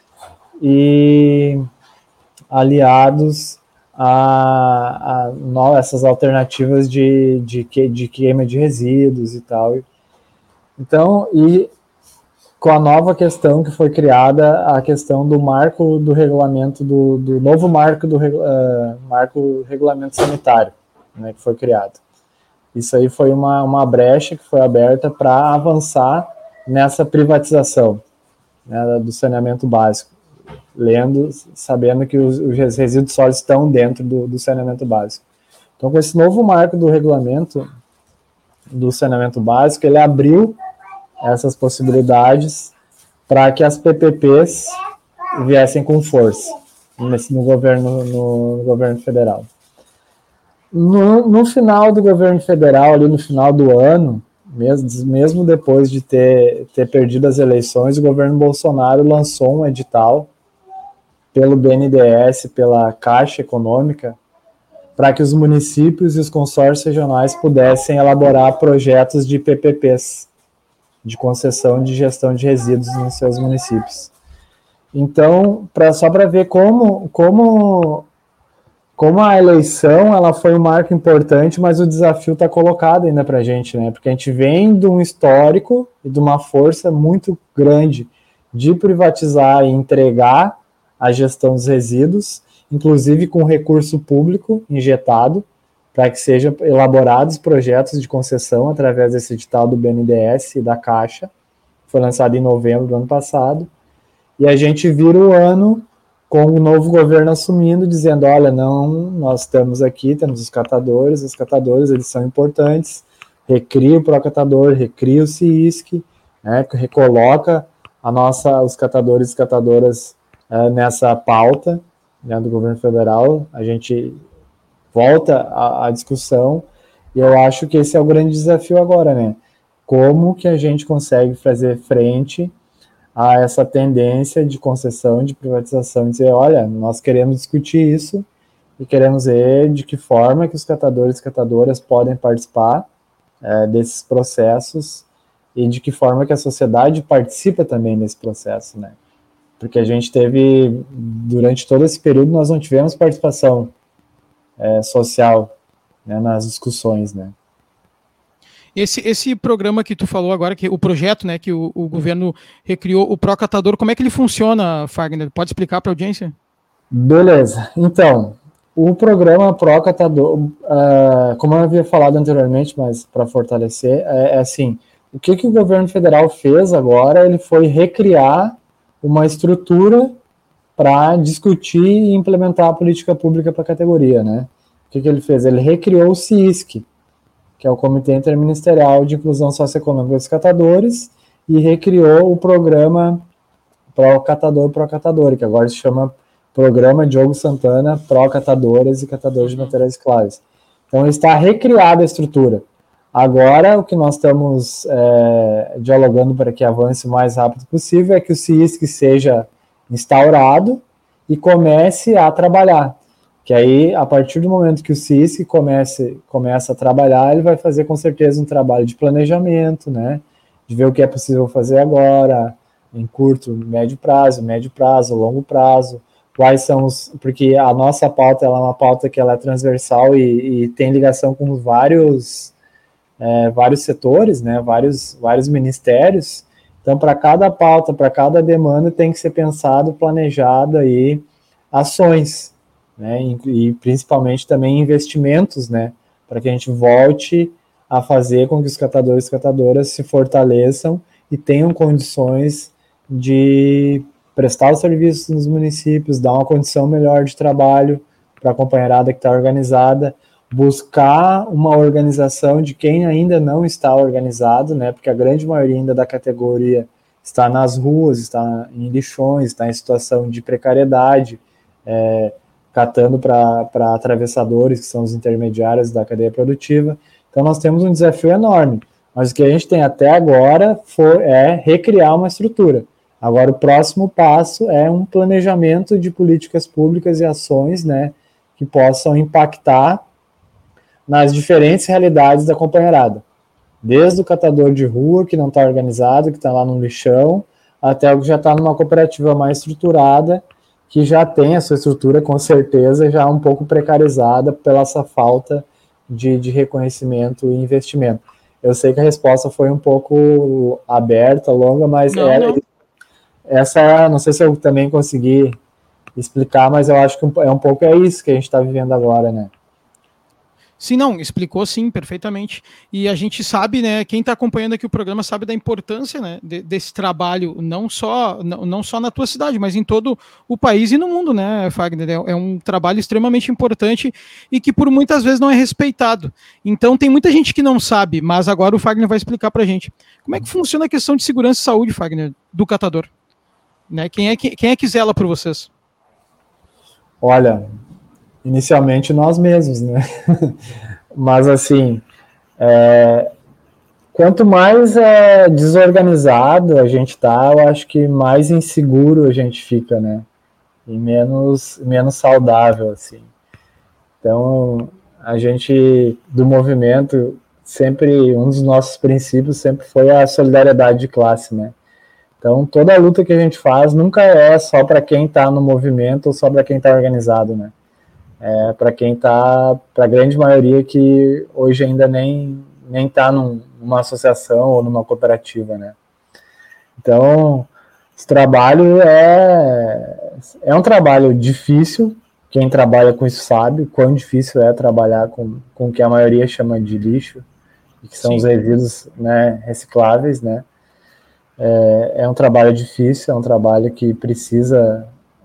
S3: e aliados a essas alternativas de queima de resíduos e tal. Então, com a nova questão que foi criada, a questão do marco do regulamento, do novo marco marco regulamento sanitário, né, que foi criado. Isso aí foi uma brecha que foi aberta para avançar nessa privatização, né, do saneamento básico, sabendo que os resíduos sólidos estão dentro do saneamento básico. Então, com esse novo marco do regulamento do saneamento básico, ele abriu essas possibilidades para que as PPPs viessem com força no governo federal. No final do governo federal, ali no final do ano, mesmo depois de ter perdido as eleições, o governo Bolsonaro lançou um edital pelo BNDES, pela Caixa Econômica, para que os municípios e os consórcios regionais pudessem elaborar projetos de PPPs, de concessão de gestão de resíduos nos seus municípios. Então, só para ver como a eleição ela foi um marco importante, mas o desafio está colocado ainda para a gente, né? Porque a gente vem de um histórico e de uma força muito grande de privatizar e entregar a gestão dos resíduos, inclusive com recurso público injetado, para que sejam elaborados projetos de concessão através desse edital do BNDES e da Caixa, foi lançado em novembro do ano passado, e a gente vira o ano com o novo governo assumindo, dizendo, olha, não, nós estamos aqui, temos os catadores eles são importantes, recria o Procatador, recria o CISC, né, recoloca os catadores e catadoras nessa pauta, né, do governo federal, a gente volta à discussão, e eu acho que esse é o grande desafio agora, né? Como que a gente consegue fazer frente a essa tendência de concessão, de privatização, e dizer, olha, nós queremos discutir isso e queremos ver de que forma que os catadores e catadoras podem participar desses processos e de que forma que a sociedade participa também nesse processo, né? Porque a gente teve, durante todo esse período, nós não tivemos participação social, né, nas discussões, né?
S12: Esse programa que tu falou agora, que o projeto, né, que o governo recriou, o Procatador, como é que ele funciona, Fagner? Pode explicar para a audiência?
S3: Beleza. Então, o programa Procatador, como eu havia falado anteriormente, mas para fortalecer, assim, o que o governo federal fez agora, ele foi recriar uma estrutura para discutir e implementar a política pública para a categoria, né? O que ele fez? Ele recriou o CISC, que é o Comitê Interministerial de Inclusão Socioeconômica dos Catadores, e recriou o programa Procatador, que agora se chama Programa Diogo Santana Procatadoras e Catadores de Materiais Claros. Então, está recriada a estrutura. Agora, o que nós estamos dialogando para que avance o mais rápido possível é que o CISC seja instaurado e comece a trabalhar. Que aí, a partir do momento que o CISC começa a trabalhar, ele vai fazer com certeza um trabalho de planejamento, né? De ver o que é possível fazer agora, em curto, médio prazo, longo prazo, quais são os... Porque a nossa pauta, ela é uma pauta que ela é transversal e tem ligação com vários setores, né? Vários ministérios. Então, para cada pauta, para cada demanda, tem que ser pensado, planejado aí ações, né? E principalmente também investimentos, né? Para que a gente volte a fazer com que os catadores e catadoras se fortaleçam e tenham condições de prestar os serviços nos municípios, dar uma condição melhor de trabalho para a companheirada que está organizada, buscar uma organização de quem ainda não está organizado, né? Porque a grande maioria ainda da categoria está nas ruas, está em lixões, está em situação de precariedade, catando para atravessadores, que são os intermediários da cadeia produtiva. Então, nós temos um desafio enorme, mas o que a gente tem até agora é recriar uma estrutura. Agora, o próximo passo é um planejamento de políticas públicas e ações, né, que possam impactar nas diferentes realidades da companheirada. Desde o catador de rua, que não está organizado, que está lá no lixão, até o que já está numa cooperativa mais estruturada, que já tem a sua estrutura, com certeza, já um pouco precarizada pela essa falta de reconhecimento e investimento. Eu sei que a resposta foi um pouco aberta, longa, mas essa, não sei se eu também consegui explicar, mas eu acho que é um pouco isso que a gente está vivendo agora, né?
S12: Sim, não, explicou sim, perfeitamente. E a gente sabe, né, quem está acompanhando aqui o programa sabe da importância, né, desse trabalho, não só na tua cidade, mas em todo o país e no mundo, né, Fagner? É um trabalho extremamente importante e que por muitas vezes não é respeitado. Então tem muita gente que não sabe, mas agora o Fagner vai explicar para a gente. Como é que funciona a questão de segurança e saúde, Fagner, do catador? Né? Quem é que zela por vocês?
S3: Olha, inicialmente nós mesmos, né? Mas assim, quanto mais desorganizado a gente tá, eu acho que mais inseguro a gente fica, né? E menos saudável, assim. Então, a gente, do movimento, sempre, um dos nossos princípios sempre foi a solidariedade de classe, né? Então, toda a luta que a gente faz nunca é só para quem está no movimento ou só para quem está organizado, né? Para quem está, para a grande maioria que hoje ainda nem está numa associação ou numa cooperativa, né? Então, esse trabalho é um trabalho difícil. Quem trabalha com isso sabe o quão difícil é trabalhar com o que a maioria chama de lixo, que são os resíduos, né, recicláveis, né? É um trabalho difícil, é um trabalho que precisa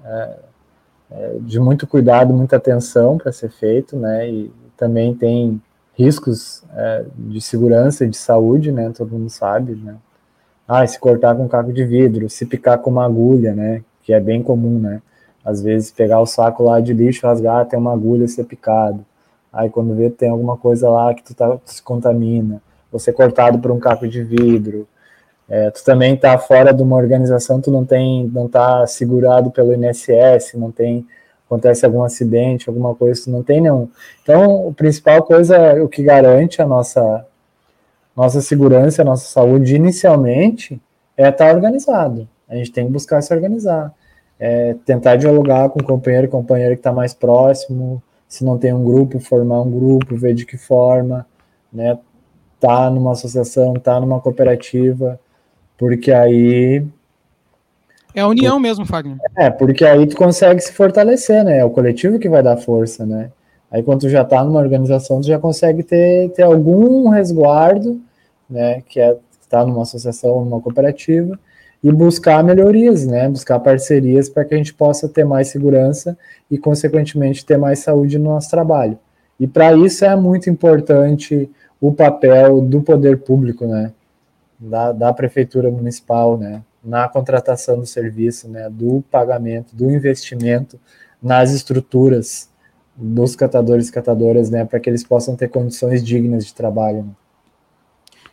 S3: de muito cuidado, muita atenção para ser feito, né? E também tem riscos de segurança e de saúde, né? Todo mundo sabe, né? Se cortar com um caco de vidro, se picar com uma agulha, né? Que é bem comum, né? Às vezes pegar o saco lá de lixo, rasgar, tem uma agulha, ser picado. Aí quando vê tem alguma coisa lá que tu se contamina. Ou ser cortado por um caco de vidro. Tu também tá fora de uma organização, tu não tá segurado pelo INSS, acontece algum acidente, alguma coisa, tu não tem nenhum. Então, a principal coisa, o que garante a nossa segurança, a nossa saúde, inicialmente, é estar organizado. A gente tem que buscar se organizar. Tentar dialogar com o companheiro que está mais próximo, se não tem um grupo, formar um grupo, ver de que forma, né? Tá numa associação, tá numa cooperativa, porque aí...
S12: É a união mesmo, Fagner.
S3: Porque aí tu consegue se fortalecer, né? É o coletivo que vai dar força, né? Aí quando tu já tá numa organização, tu já consegue ter algum resguardo, né? Que tá numa associação, numa cooperativa, e buscar melhorias, né? Buscar parcerias para que a gente possa ter mais segurança e, consequentemente, ter mais saúde no nosso trabalho. E para isso é muito importante o papel do poder público, né? Da prefeitura municipal, né? Na contratação do serviço, né? Do pagamento, do investimento nas estruturas dos catadores e catadoras, né? Para que eles possam ter condições dignas de trabalho. Né?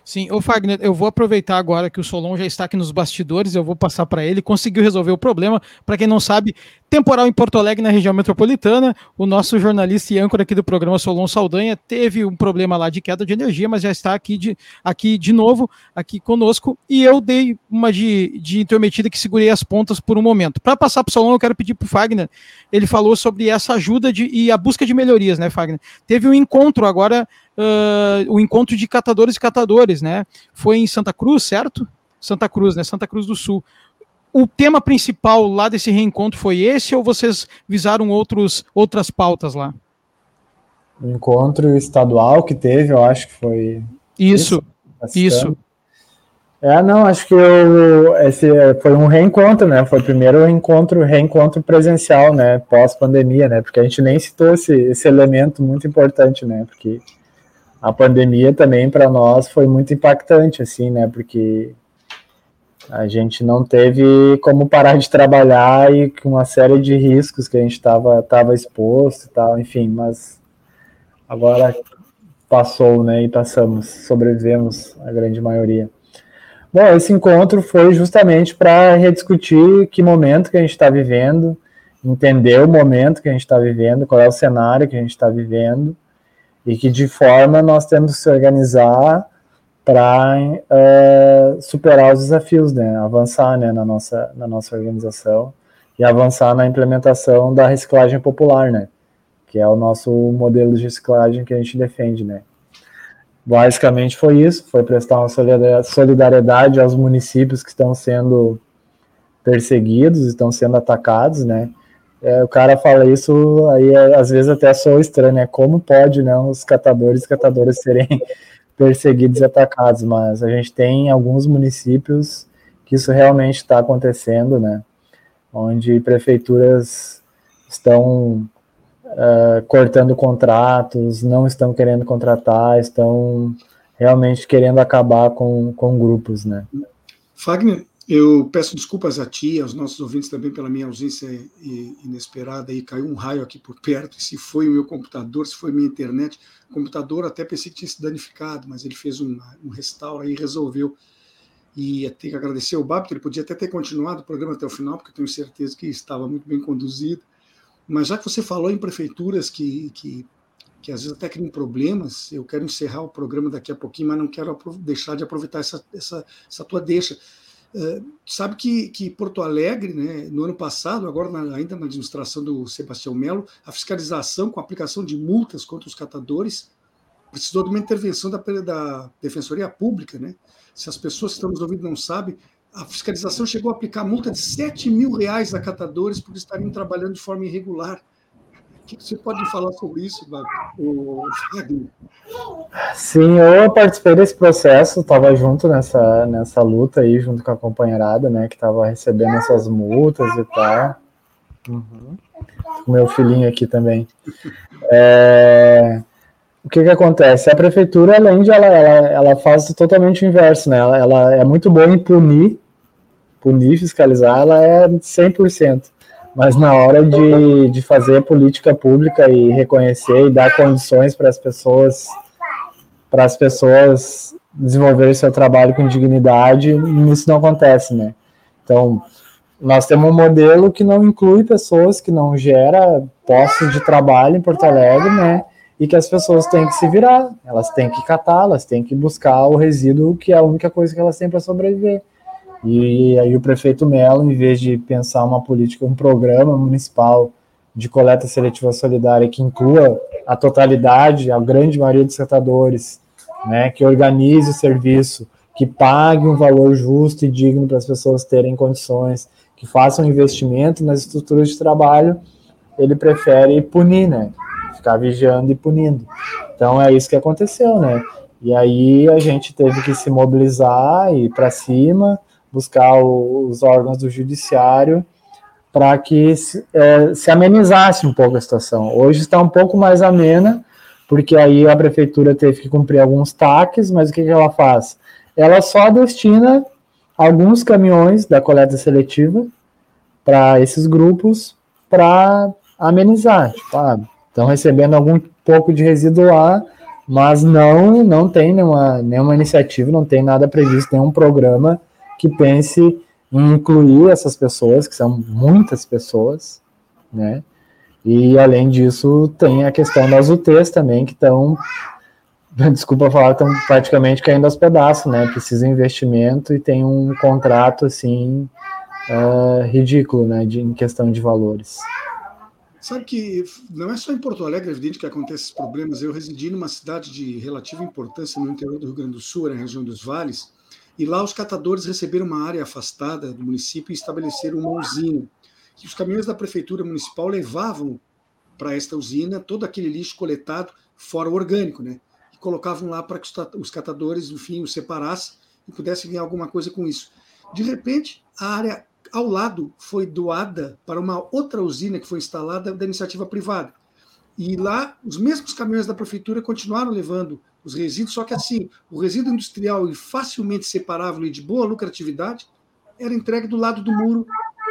S12: Sim, ô Fagner, eu vou aproveitar agora que o Solon já está aqui nos bastidores, eu vou passar para ele, conseguiu resolver o problema. Para quem não sabe, temporal em Porto Alegre, na região metropolitana, o nosso jornalista e âncora aqui do programa, Solon Saldanha, teve um problema lá de queda de energia, mas já está aqui de novo, aqui conosco, e eu dei uma de intrometida que segurei as pontas por um momento. Para passar para o Solon, eu quero pedir para o Fagner, ele falou sobre essa ajuda e a busca de melhorias, né, Fagner? Teve um encontro agora, o encontro de catadores e catadores, né? Foi em Santa Cruz, certo? Santa Cruz, né? Santa Cruz do Sul. O tema principal lá desse reencontro foi esse ou vocês visaram outras pautas lá?
S3: O encontro estadual que teve, eu acho que foi...
S12: Isso.
S3: Não, acho que esse foi um reencontro, né? Foi o primeiro reencontro presencial, né? Pós-pandemia, né? Porque a gente nem citou esse elemento muito importante, né? Porque a pandemia também para nós foi muito impactante, assim, né? Porque a gente não teve como parar de trabalhar e com uma série de riscos que a gente estava exposto e tal, enfim, mas agora passou, né? E sobrevivemos, a grande maioria. Bom, esse encontro foi justamente para rediscutir que momento que a gente está vivendo, entender o momento que a gente está vivendo, qual é o cenário que a gente está vivendo, e que de forma nós temos que se organizar para superar os desafios, né? Avançar, né, na nossa organização e avançar na implementação da reciclagem popular, né? Que é o nosso modelo de reciclagem que a gente defende, né? Basicamente foi isso, foi prestar uma solidariedade aos municípios que estão sendo perseguidos, estão sendo atacados, né? O cara fala isso, aí às vezes até soa estranho, né? Como pode, né, os catadores e catadoras serem perseguidos e atacados, mas a gente tem alguns municípios que isso realmente está acontecendo, né? Onde prefeituras estão cortando contratos, não estão querendo contratar, estão realmente querendo acabar com grupos, né?
S2: Fagner, eu peço desculpas a ti e aos nossos ouvintes também pela minha ausência inesperada, e caiu um raio aqui por perto, e se foi o meu computador, se foi minha internet, o computador até pensei que tinha se danificado, mas ele fez um restauro aí e resolveu. E tenho que agradecer ao Babito, ele podia até ter continuado o programa até o final, porque eu tenho certeza que estava muito bem conduzido. Mas já que você falou em prefeituras que às vezes até criam problemas, eu quero encerrar o programa daqui a pouquinho, mas não quero deixar de aproveitar essa tua deixa. Sabe que Porto Alegre, né, no ano passado, agora ainda na administração do Sebastião Melo, a fiscalização com a aplicação de multas contra os catadores precisou de uma intervenção da Defensoria Pública, né? Se as pessoas que estão nos ouvindo não sabem, a fiscalização chegou a aplicar multa de R$7 mil a catadores por estarem trabalhando de forma irregular. O que você pode falar sobre isso, Fagner?
S3: Sim, eu participei desse processo, estava junto nessa luta aí, junto com a companheirada, né, que estava recebendo essas multas e tal. Meu filhinho aqui também. O que acontece? A prefeitura, além de ela faz totalmente o inverso, né? Ela é muito boa em punir, fiscalizar, ela é 100%. Mas na hora de fazer política pública e reconhecer e dar condições para as pessoas desenvolverem seu trabalho com dignidade, isso não acontece, né? Então, nós temos um modelo que não inclui pessoas, que não gera postos de trabalho em Porto Alegre, né? E que as pessoas têm que se virar, elas têm que catar, elas têm que buscar o resíduo, que é a única coisa que elas têm para sobreviver. E aí o prefeito Melo, em vez de pensar uma política, um programa municipal de coleta seletiva solidária que inclua a totalidade, a grande maioria dos catadores, né, que organize o serviço, que pague um valor justo e digno para as pessoas terem condições, que faça um investimento nas estruturas de trabalho, ele prefere punir, né? Ficar vigiando e punindo. Então é isso que aconteceu, né? E aí a gente teve que se mobilizar e ir para cima, buscar os órgãos do judiciário para que se amenizasse um pouco a situação. Hoje está um pouco mais amena, porque aí a prefeitura teve que cumprir alguns taques, mas o que ela faz? Ela só destina alguns caminhões da coleta seletiva para esses grupos para amenizar, tipo, estão recebendo algum pouco de resíduo lá, mas não tem nenhuma iniciativa, não tem nada previsto, nenhum programa que pense em incluir essas pessoas, que são muitas pessoas, né? E, além disso, tem a questão das UTs também, que estão, desculpa falar, estão praticamente caindo aos pedaços, né? Precisa de investimento e tem um contrato, assim, ridículo, né? Em questão de valores.
S2: Sabe que não é só em Porto Alegre, é evidente que acontecem esses problemas. Eu residi numa cidade de relativa importância no interior do Rio Grande do Sul, na região dos Vales, e lá os catadores receberam uma área afastada do município e estabeleceram uma usina. Que os caminhões da prefeitura municipal levavam para esta usina todo aquele lixo coletado, fora o orgânico, né? E colocavam lá para que os catadores, enfim, o separassem e pudessem ganhar alguma coisa com isso. De repente, a área ao lado foi doada para uma outra usina que foi instalada da iniciativa privada. E lá, os mesmos caminhões da prefeitura continuaram levando os resíduos, só que assim, o resíduo industrial e facilmente separável e de boa lucratividade era entregue do lado do muro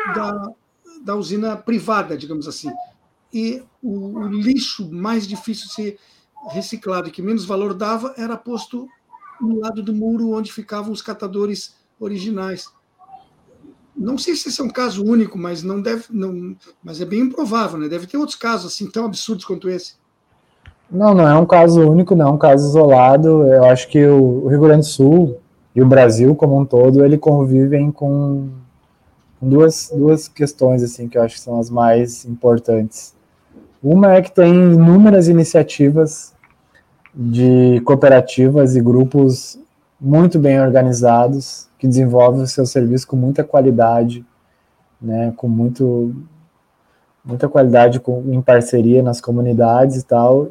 S2: da usina privada, digamos assim. E o lixo mais difícil de ser reciclado e que menos valor dava era posto no lado do muro onde ficavam os catadores originais. Não sei se esse é um caso único, mas mas é bem improvável, né? Deve ter outros casos assim tão absurdos quanto esse.
S3: Não é um caso único, não é um caso isolado. Eu acho que o Rio Grande do Sul e o Brasil como um todo, ele convivem com duas questões assim que eu acho que são as mais importantes. Uma é que tem inúmeras iniciativas de cooperativas e grupos muito bem organizados, que desenvolvem o seu serviço com muita qualidade, né, com muita qualidade em parceria nas comunidades e tal,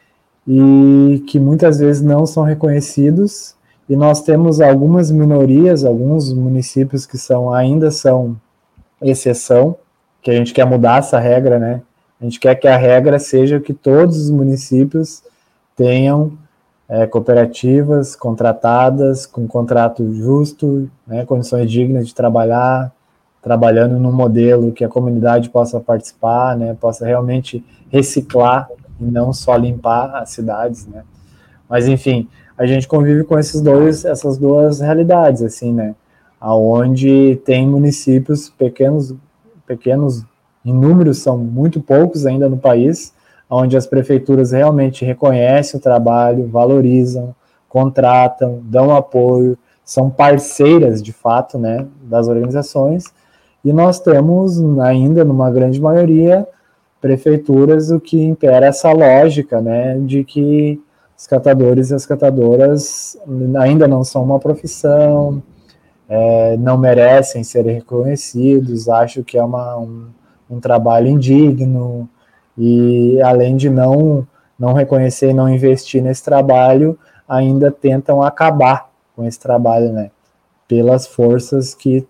S3: e que muitas vezes não são reconhecidos, e nós temos algumas minorias, alguns municípios que ainda são exceção, que a gente quer mudar essa regra, né? A gente quer que a regra seja que todos os municípios tenham cooperativas contratadas, com contrato justo, né, condições dignas de trabalhar, trabalhando num modelo que a comunidade possa participar, né, possa realmente reciclar e não só limpar as cidades, né. Mas, enfim, a gente convive com essas duas realidades, assim, né, onde tem municípios pequenos, em números são muito poucos ainda no país, onde as prefeituras realmente reconhecem o trabalho, valorizam, contratam, dão apoio, são parceiras, de fato, né, das organizações, e nós temos ainda, numa grande maioria, prefeituras, o que impera essa lógica, né, de que os catadores e as catadoras ainda não são uma profissão, não merecem ser reconhecidos, acho que é um trabalho indigno, e além de não reconhecer e não investir nesse trabalho, ainda tentam acabar com esse trabalho, né, pelas forças que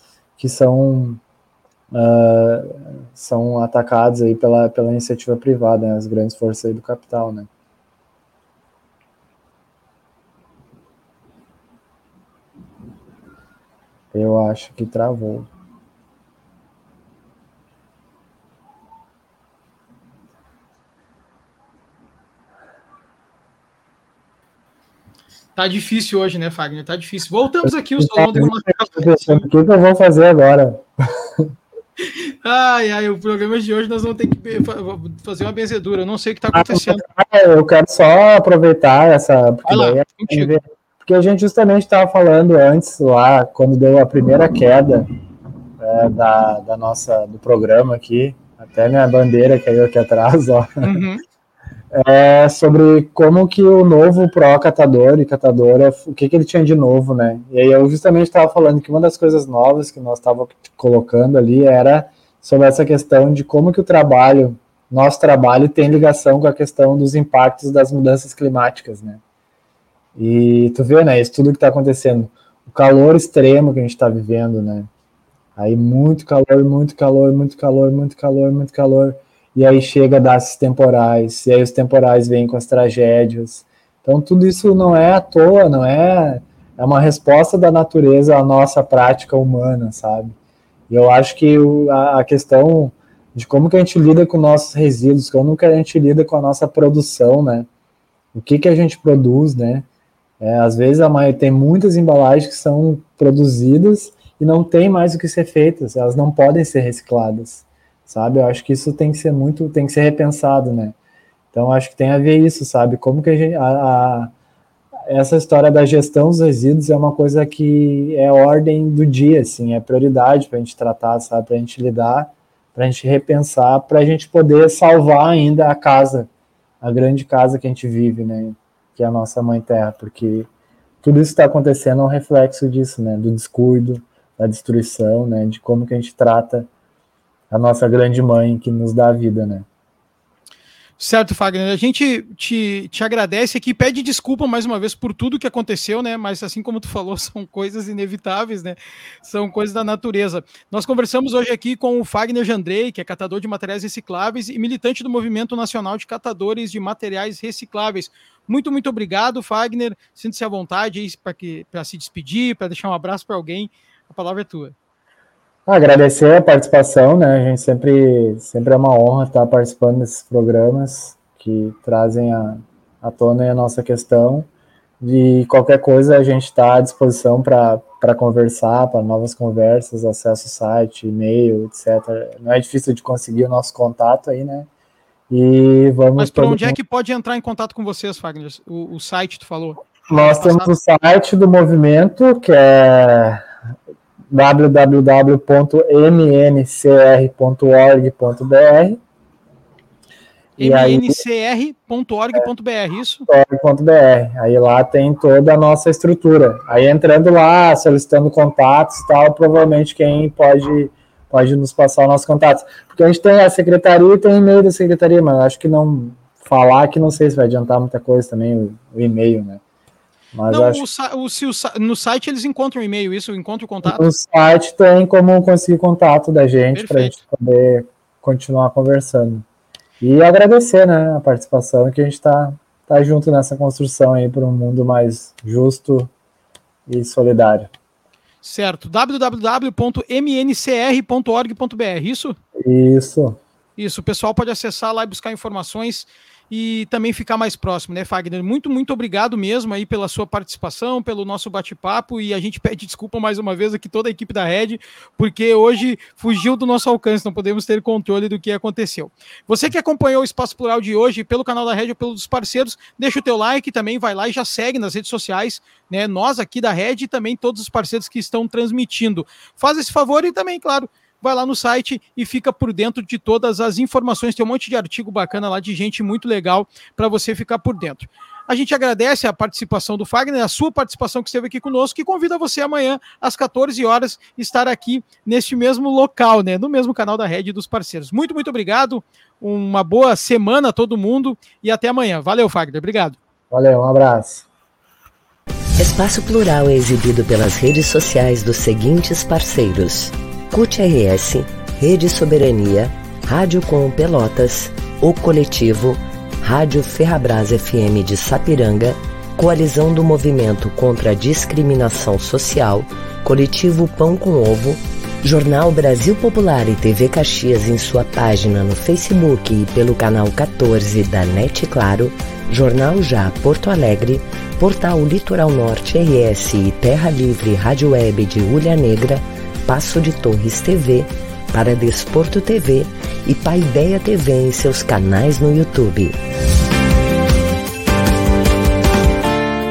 S3: são atacadas aí pela iniciativa privada, né, as grandes forças aí do capital, né. Eu acho que travou.
S12: Tá difícil hoje, né, Fagner? Tá difícil. Voltamos aqui, o Solon deu uma...
S3: O que eu vou fazer agora?
S12: O programa de hoje nós vamos ter que fazer uma benzedura. Eu não sei o que está acontecendo.
S3: Eu quero só aproveitar essa... Porque a gente justamente estava falando antes, lá, quando deu a primeira queda do programa aqui, até minha bandeira caiu aqui atrás, ó. Uhum. Sobre como que o novo pró-catador e catadora, o que ele tinha de novo, né? E aí eu justamente estava falando que uma das coisas novas que nós estávamos colocando ali era sobre essa questão de como que nosso trabalho tem ligação com a questão dos impactos das mudanças climáticas, né? E tu vê, né, isso tudo que está acontecendo, o calor extremo que a gente está vivendo, né? Aí muito calor, muito calor, muito calor, muito calor, muito calor. E aí chega a dar esses temporais, e aí os temporais vêm com as tragédias. Então tudo isso não é à toa, não é uma resposta da natureza à nossa prática humana, sabe? E eu acho que a questão de como que a gente lida com nossos resíduos, como que a gente lida com a nossa produção, né, o que a gente produz, né? Às vezes tem muitas embalagens que são produzidas e não tem mais o que ser feitas, elas não podem ser recicladas, sabe? Eu acho que isso tem que ser repensado, né? Então, acho que tem a ver isso, sabe? Como que essa história da gestão dos resíduos é uma coisa que é ordem do dia, assim, é prioridade para a gente tratar, sabe? Para a gente lidar, para a gente repensar, para a gente poder salvar ainda a grande casa que a gente vive, né? Que é a nossa Mãe Terra, porque tudo isso está acontecendo é um reflexo disso, né? Do descuido, da destruição, né? De como que a gente trata a nossa grande mãe que nos dá a vida, né?
S12: Certo, Fagner, a gente te agradece aqui, pede desculpa mais uma vez por tudo que aconteceu, né, mas assim como tu falou, são coisas inevitáveis, né, são coisas da natureza. Nós conversamos hoje aqui com o Fagner Jandrei, que é catador de materiais recicláveis e militante do Movimento Nacional de Catadores de Materiais Recicláveis. Muito, muito obrigado, Fagner, sinta-se à vontade para se despedir, para deixar um abraço para alguém, a palavra é tua.
S3: Agradecer a participação, né? A gente sempre é uma honra estar participando desses programas que trazem à tona a nossa questão. E qualquer coisa a gente está à disposição para conversar, para novas conversas, acesso ao site, e-mail, etc. Não é difícil de conseguir o nosso contato aí, né? E vamos.
S12: Mas para onde é que pode entrar em contato com vocês, Fagner? O site, tu falou?
S3: Nós temos o site do movimento, que é www.mncr.org.br
S12: mncr.org.br, isso?
S3: .org.br. Aí lá tem toda a nossa estrutura. Aí entrando lá, solicitando contatos e tal, provavelmente quem pode nos passar os nossos contatos. Porque a gente tem a secretaria e tem o e-mail da secretaria, mas acho que não falar que não sei se vai adiantar muita coisa também, o e-mail, né? Mas
S12: não,
S3: acho...
S12: no site eles encontram o e-mail, isso? Encontra o contato?
S3: No site tem como conseguir contato da gente para a gente poder continuar conversando. E agradecer, né, a participação, que a gente está junto nessa construção aí para um mundo mais justo e solidário.
S12: Certo. www.mncr.org.br, isso?
S3: Isso.
S12: Isso, o pessoal pode acessar lá e buscar informações e também ficar mais próximo, né, Fagner? Muito, muito obrigado mesmo aí pela sua participação, pelo nosso bate-papo, e a gente pede desculpa mais uma vez aqui toda a equipe da Rede, porque hoje fugiu do nosso alcance, não podemos ter controle do que aconteceu. Você que acompanhou o Espaço Plural de hoje pelo canal da Rede ou pelos parceiros, deixa o teu like, também vai lá e já segue nas redes sociais, né, nós aqui da Rede e também todos os parceiros que estão transmitindo. Faz esse favor e também, claro, vai lá no site e fica por dentro de todas as informações. Tem um monte de artigo bacana lá de gente muito legal para você ficar por dentro. A gente agradece a participação do Fagner, a sua participação que esteve aqui conosco, e convida você amanhã às 14 horas estar aqui neste mesmo local, né, no mesmo canal da Rede e dos parceiros. Muito, muito obrigado, uma boa semana a todo mundo e até amanhã. Valeu, Fagner, obrigado.
S3: Valeu, um abraço.
S1: Espaço Plural é exibido pelas redes sociais dos seguintes parceiros: CUT RS, Rede Soberania, Rádio Com Pelotas, O Coletivo, Rádio Ferrabras FM de Sapiranga, Coalizão do Movimento contra a Discriminação Social, Coletivo Pão com Ovo, Jornal Brasil Popular e TV Caxias em sua página no Facebook e pelo canal 14 da NET Claro, Jornal Já Porto Alegre, Portal Litoral Norte RS e Terra Livre Rádio Web de Ulha Negra, Passo de Torres TV, Para Desporto TV e Paideia TV em seus canais no YouTube.